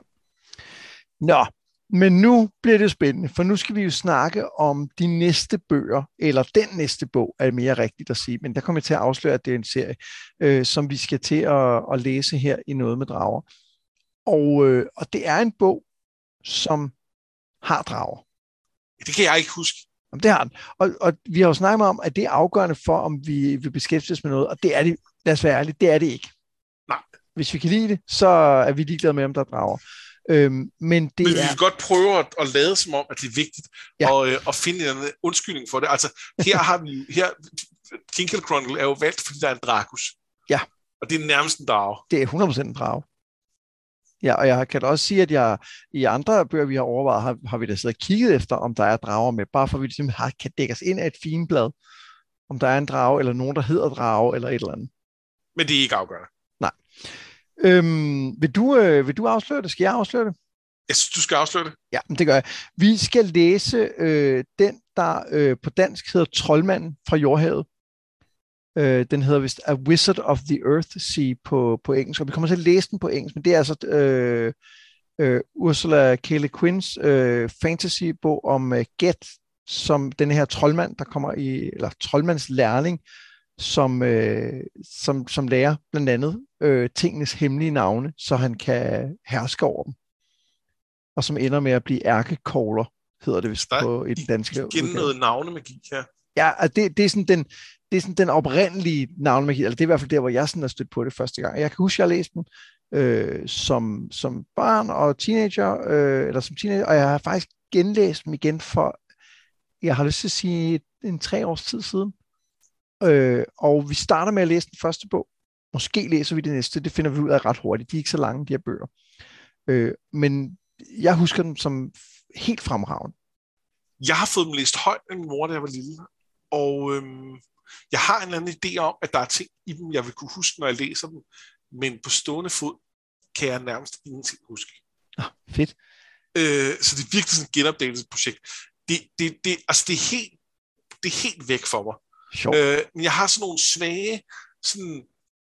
Nå, men nu bliver det spændende, for nu skal vi jo snakke om de næste bøger, eller den næste bog, er det mere rigtigt at sige, men der kommer jeg til at afsløre, at det er en serie, øh, som vi skal til at, at læse her i Noget med drager. Og, øh, og det er en bog, som har drager. Det kan jeg ikke huske. Jamen, det har den. Og, og vi har jo snakket om, at det er afgørende for, om vi vil beskæftige os med noget, og det er det, lad os være ærlige, det er det ikke. Nej. Hvis vi kan lide det, så er vi ligeglade med, om der er drager. Øhm, men det men vi er... vil godt prøve at, at lade som om, at det er vigtigt, ja. og, øh, at finde en undskyldning for det. Altså, her har vi her, Tinkle Chronicle er jo valgt, fordi der er en drakus. Ja. Og det er nærmest en drage. Det er hundrede procent en drage. Ja, og jeg kan da også sige, at jeg i andre bøger, vi har overvejet, har, har vi da siddet og kigget efter, om der er drager med, bare for at vi simpelthen har, kan dække os ind af et figenblad, om der er en drage, eller nogen, der hedder drage, eller et eller andet. Men det er ikke afgørende. Nej. Øhm, vil, du, øh, vil du afsløre det? Skal jeg afsløre det? Jeg synes, du skal afsløre det. Ja, det gør jeg. Vi skal læse øh, den, der øh, på dansk hedder Troldmanden fra Jordhavet. Øh, den hedder vist A Wizard of the Earth Sea på, på engelsk, og vi kommer til at læse den på engelsk, men det er altså øh, øh, Ursula K. Le Guins øh, fantasy-bog om øh, Get, som den her troldmand, der kommer i, eller troldmands lærling, som, øh, som, som lærer blandt andet øh, tingenes hemmelige navne, så han kan herske over dem. Og som ender med at blive ærkekogler, hedder det vist på i den danske udgave. Igen noget navnemagi her. Ja, altså det, det er sådan den, det er sådan den oprindelige navnemagi, eller det er i hvert fald der, hvor jeg sådan har stødt på det første gang. Jeg kan huske, at jeg læste den øh, som, som barn og teenager, øh, eller som teenager, og jeg har faktisk genlæst dem igen for, jeg har lyst til at sige, en tre års tid siden. Øh, og vi starter med at læse den første bog. Måske læser vi det næste, det finder vi ud af ret hurtigt. De er ikke så lange, de her bøger. Øh, men jeg husker dem som helt fremragende. Jeg har fået dem læst højt af min mor, da jeg var lille. Og øhm, jeg har en eller anden idé om, at der er ting i dem, jeg vil kunne huske, når jeg læser dem. Men på stående fod kan jeg nærmest ingenting huske. Ah, fedt. Øh, så det er virkelig sådan et genopdagelsesprojekt. Det, det, det, altså det, er helt, det er helt væk for mig. Øh, men jeg har sådan nogle svage, sådan,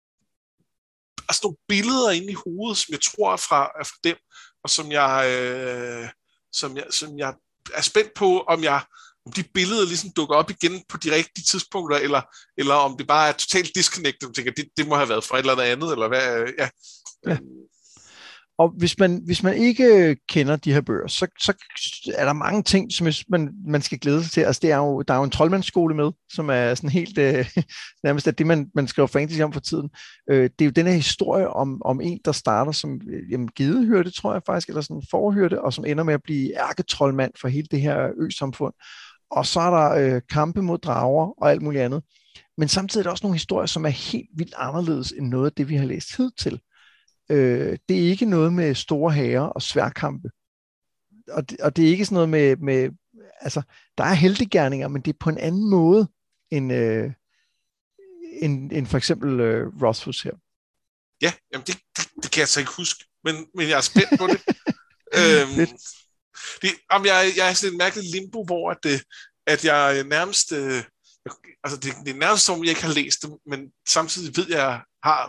altså nogle billeder inde i hovedet, som jeg tror er fra, er fra dem, og som jeg, øh, som jeg, som jeg er spændt på, om jeg om de billeder ligesom dukker op igen på de rigtige tidspunkter, eller, eller om det bare er totalt disconnected, og tænker, det, det må have været fra et eller andet, eller hvad, ja. ja. Og hvis man, hvis man ikke kender de her bøger, så, så er der mange ting, som man, man skal glæde sig til. Altså, det er jo, der er jo en troldmandsskole med, som er sådan helt øh, nærmest det, man, man skriver fantasy om for tiden. Øh, det er jo den her historie om, om en, der starter som jamen, gedehyrde, tror jeg faktisk, eller sådan en forhyrte, og som ender med at blive ærketroldmand for hele det her ø-samfund. Og så er der øh, kampe mod drager og alt muligt andet. Men samtidig er der også nogle historier, som er helt vildt anderledes end noget af det, vi har læst hidtil. Øh, det er ikke noget med store hære og sværkampe. Og det, og det er ikke sådan noget med, med altså, der er heltegerninger, men det er på en anden måde end, øh, end, end for eksempel øh, Rothfuss her. Ja, jamen det, det, det kan jeg så ikke huske, men, men jeg er spændt på det. øhm, det jamen jeg, jeg er sådan en mærkelig limbo, hvor at, det, at jeg nærmest, øh, altså det, det er nærmest som, jeg ikke har læst dem, men samtidig ved jeg, at jeg har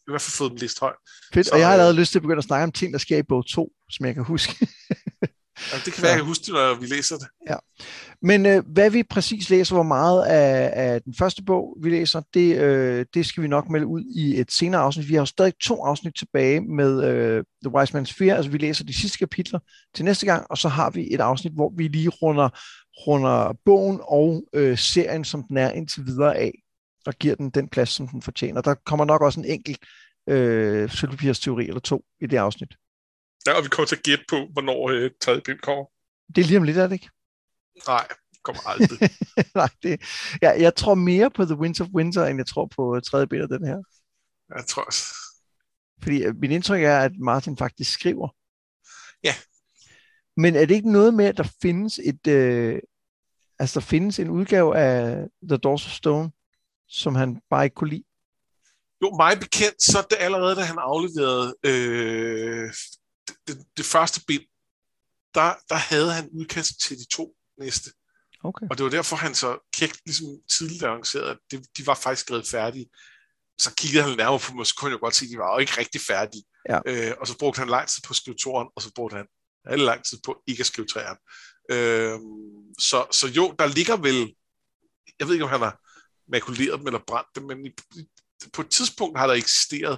i hvert fald fået dem læst højt. Fedt, så, og jeg har øh, allerede lyst til at begynde at snakke om ting, der sker i bog to, som jeg kan huske. Ja, det kan være, jeg kan huske det, når vi læser det. Ja. Men øh, hvad vi præcis læser, hvor meget af, af den første bog, vi læser, det, øh, det skal vi nok melde ud i et senere afsnit. Vi har jo stadig to afsnit tilbage med øh, The Wise Man's Fear, altså vi læser de sidste kapitler til næste gang, og så har vi et afsnit, hvor vi lige runder, runder bogen og øh, serien, som den er indtil videre af, og giver den den plads, som den fortjener. Der kommer nok også en enkelt øh, Sølvpapirs teori eller to i det afsnit. Ja, og vi kommer til at gætte på, hvornår øh, tredje bind kommer. Det er lige om lidt, er det ikke? Nej, det kommer aldrig. Nej, det, ja, jeg tror mere på The Winds of Winter, end jeg tror på tredje bind af den her. Jeg tror også. Fordi mit indtryk er, at Martin faktisk skriver. Ja. Men er det ikke noget med, at der findes et, øh, altså der findes en udgave af The Doors of Stone, som han bare ikke kunne lide? Jo, mig bekendt, så er det allerede, da han afleverede øh, det, det, det første bind, der, der havde han udkast til de to næste. Okay. Og det var derfor, han så kægt ligesom tidligt annoncerede, at det, de var faktisk skrevet færdige. Så kiggede han nærmere på mig, så kunne jeg godt se, at de var jo ikke rigtig færdige. Ja. Øh, og så brugte han lang tid på at skrive toeren, og så brugte han alle lang tid på ikke at skrive træeren. Øh, så, så jo, der ligger vel, jeg ved ikke, om han har makuleret dem eller brændt dem, men i, på et tidspunkt har der eksisteret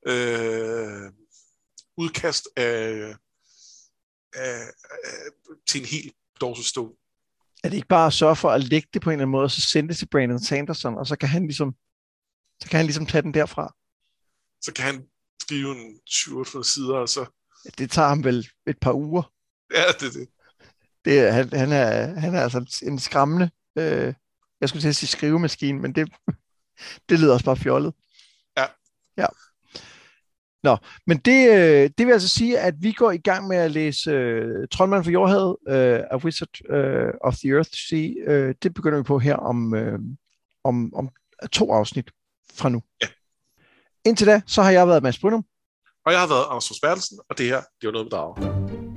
øh, udkast af, af, af, til en helt Doors of Stone. Er det ikke bare at sørge for at lægge det på en eller anden måde, og så sende det til Brandon Sanderson, og så kan han ligesom, så kan han ligesom tage den derfra? Så kan han skrive en syv otte sider, og så... Det tager ham vel et par uger. Ja, det er det. det han, han, er, han er altså en skræmmende, øh, jeg skulle til at sige skrivemaskine, men det, det lyder også bare fjollet. Ja. Ja. Nå, men det, øh, det vil altså sige, at vi går i gang med at læse øh, Troldmanden fra Jordhavet, øh, A Wizard øh, of the Earth Sea. Øh, det begynder vi på her om, øh, om, om to afsnit fra nu. Ja. Indtil da, så har jeg været Mads Brynum. Og jeg har været Anders Forsbergelsen, og det her, det var noget med drager.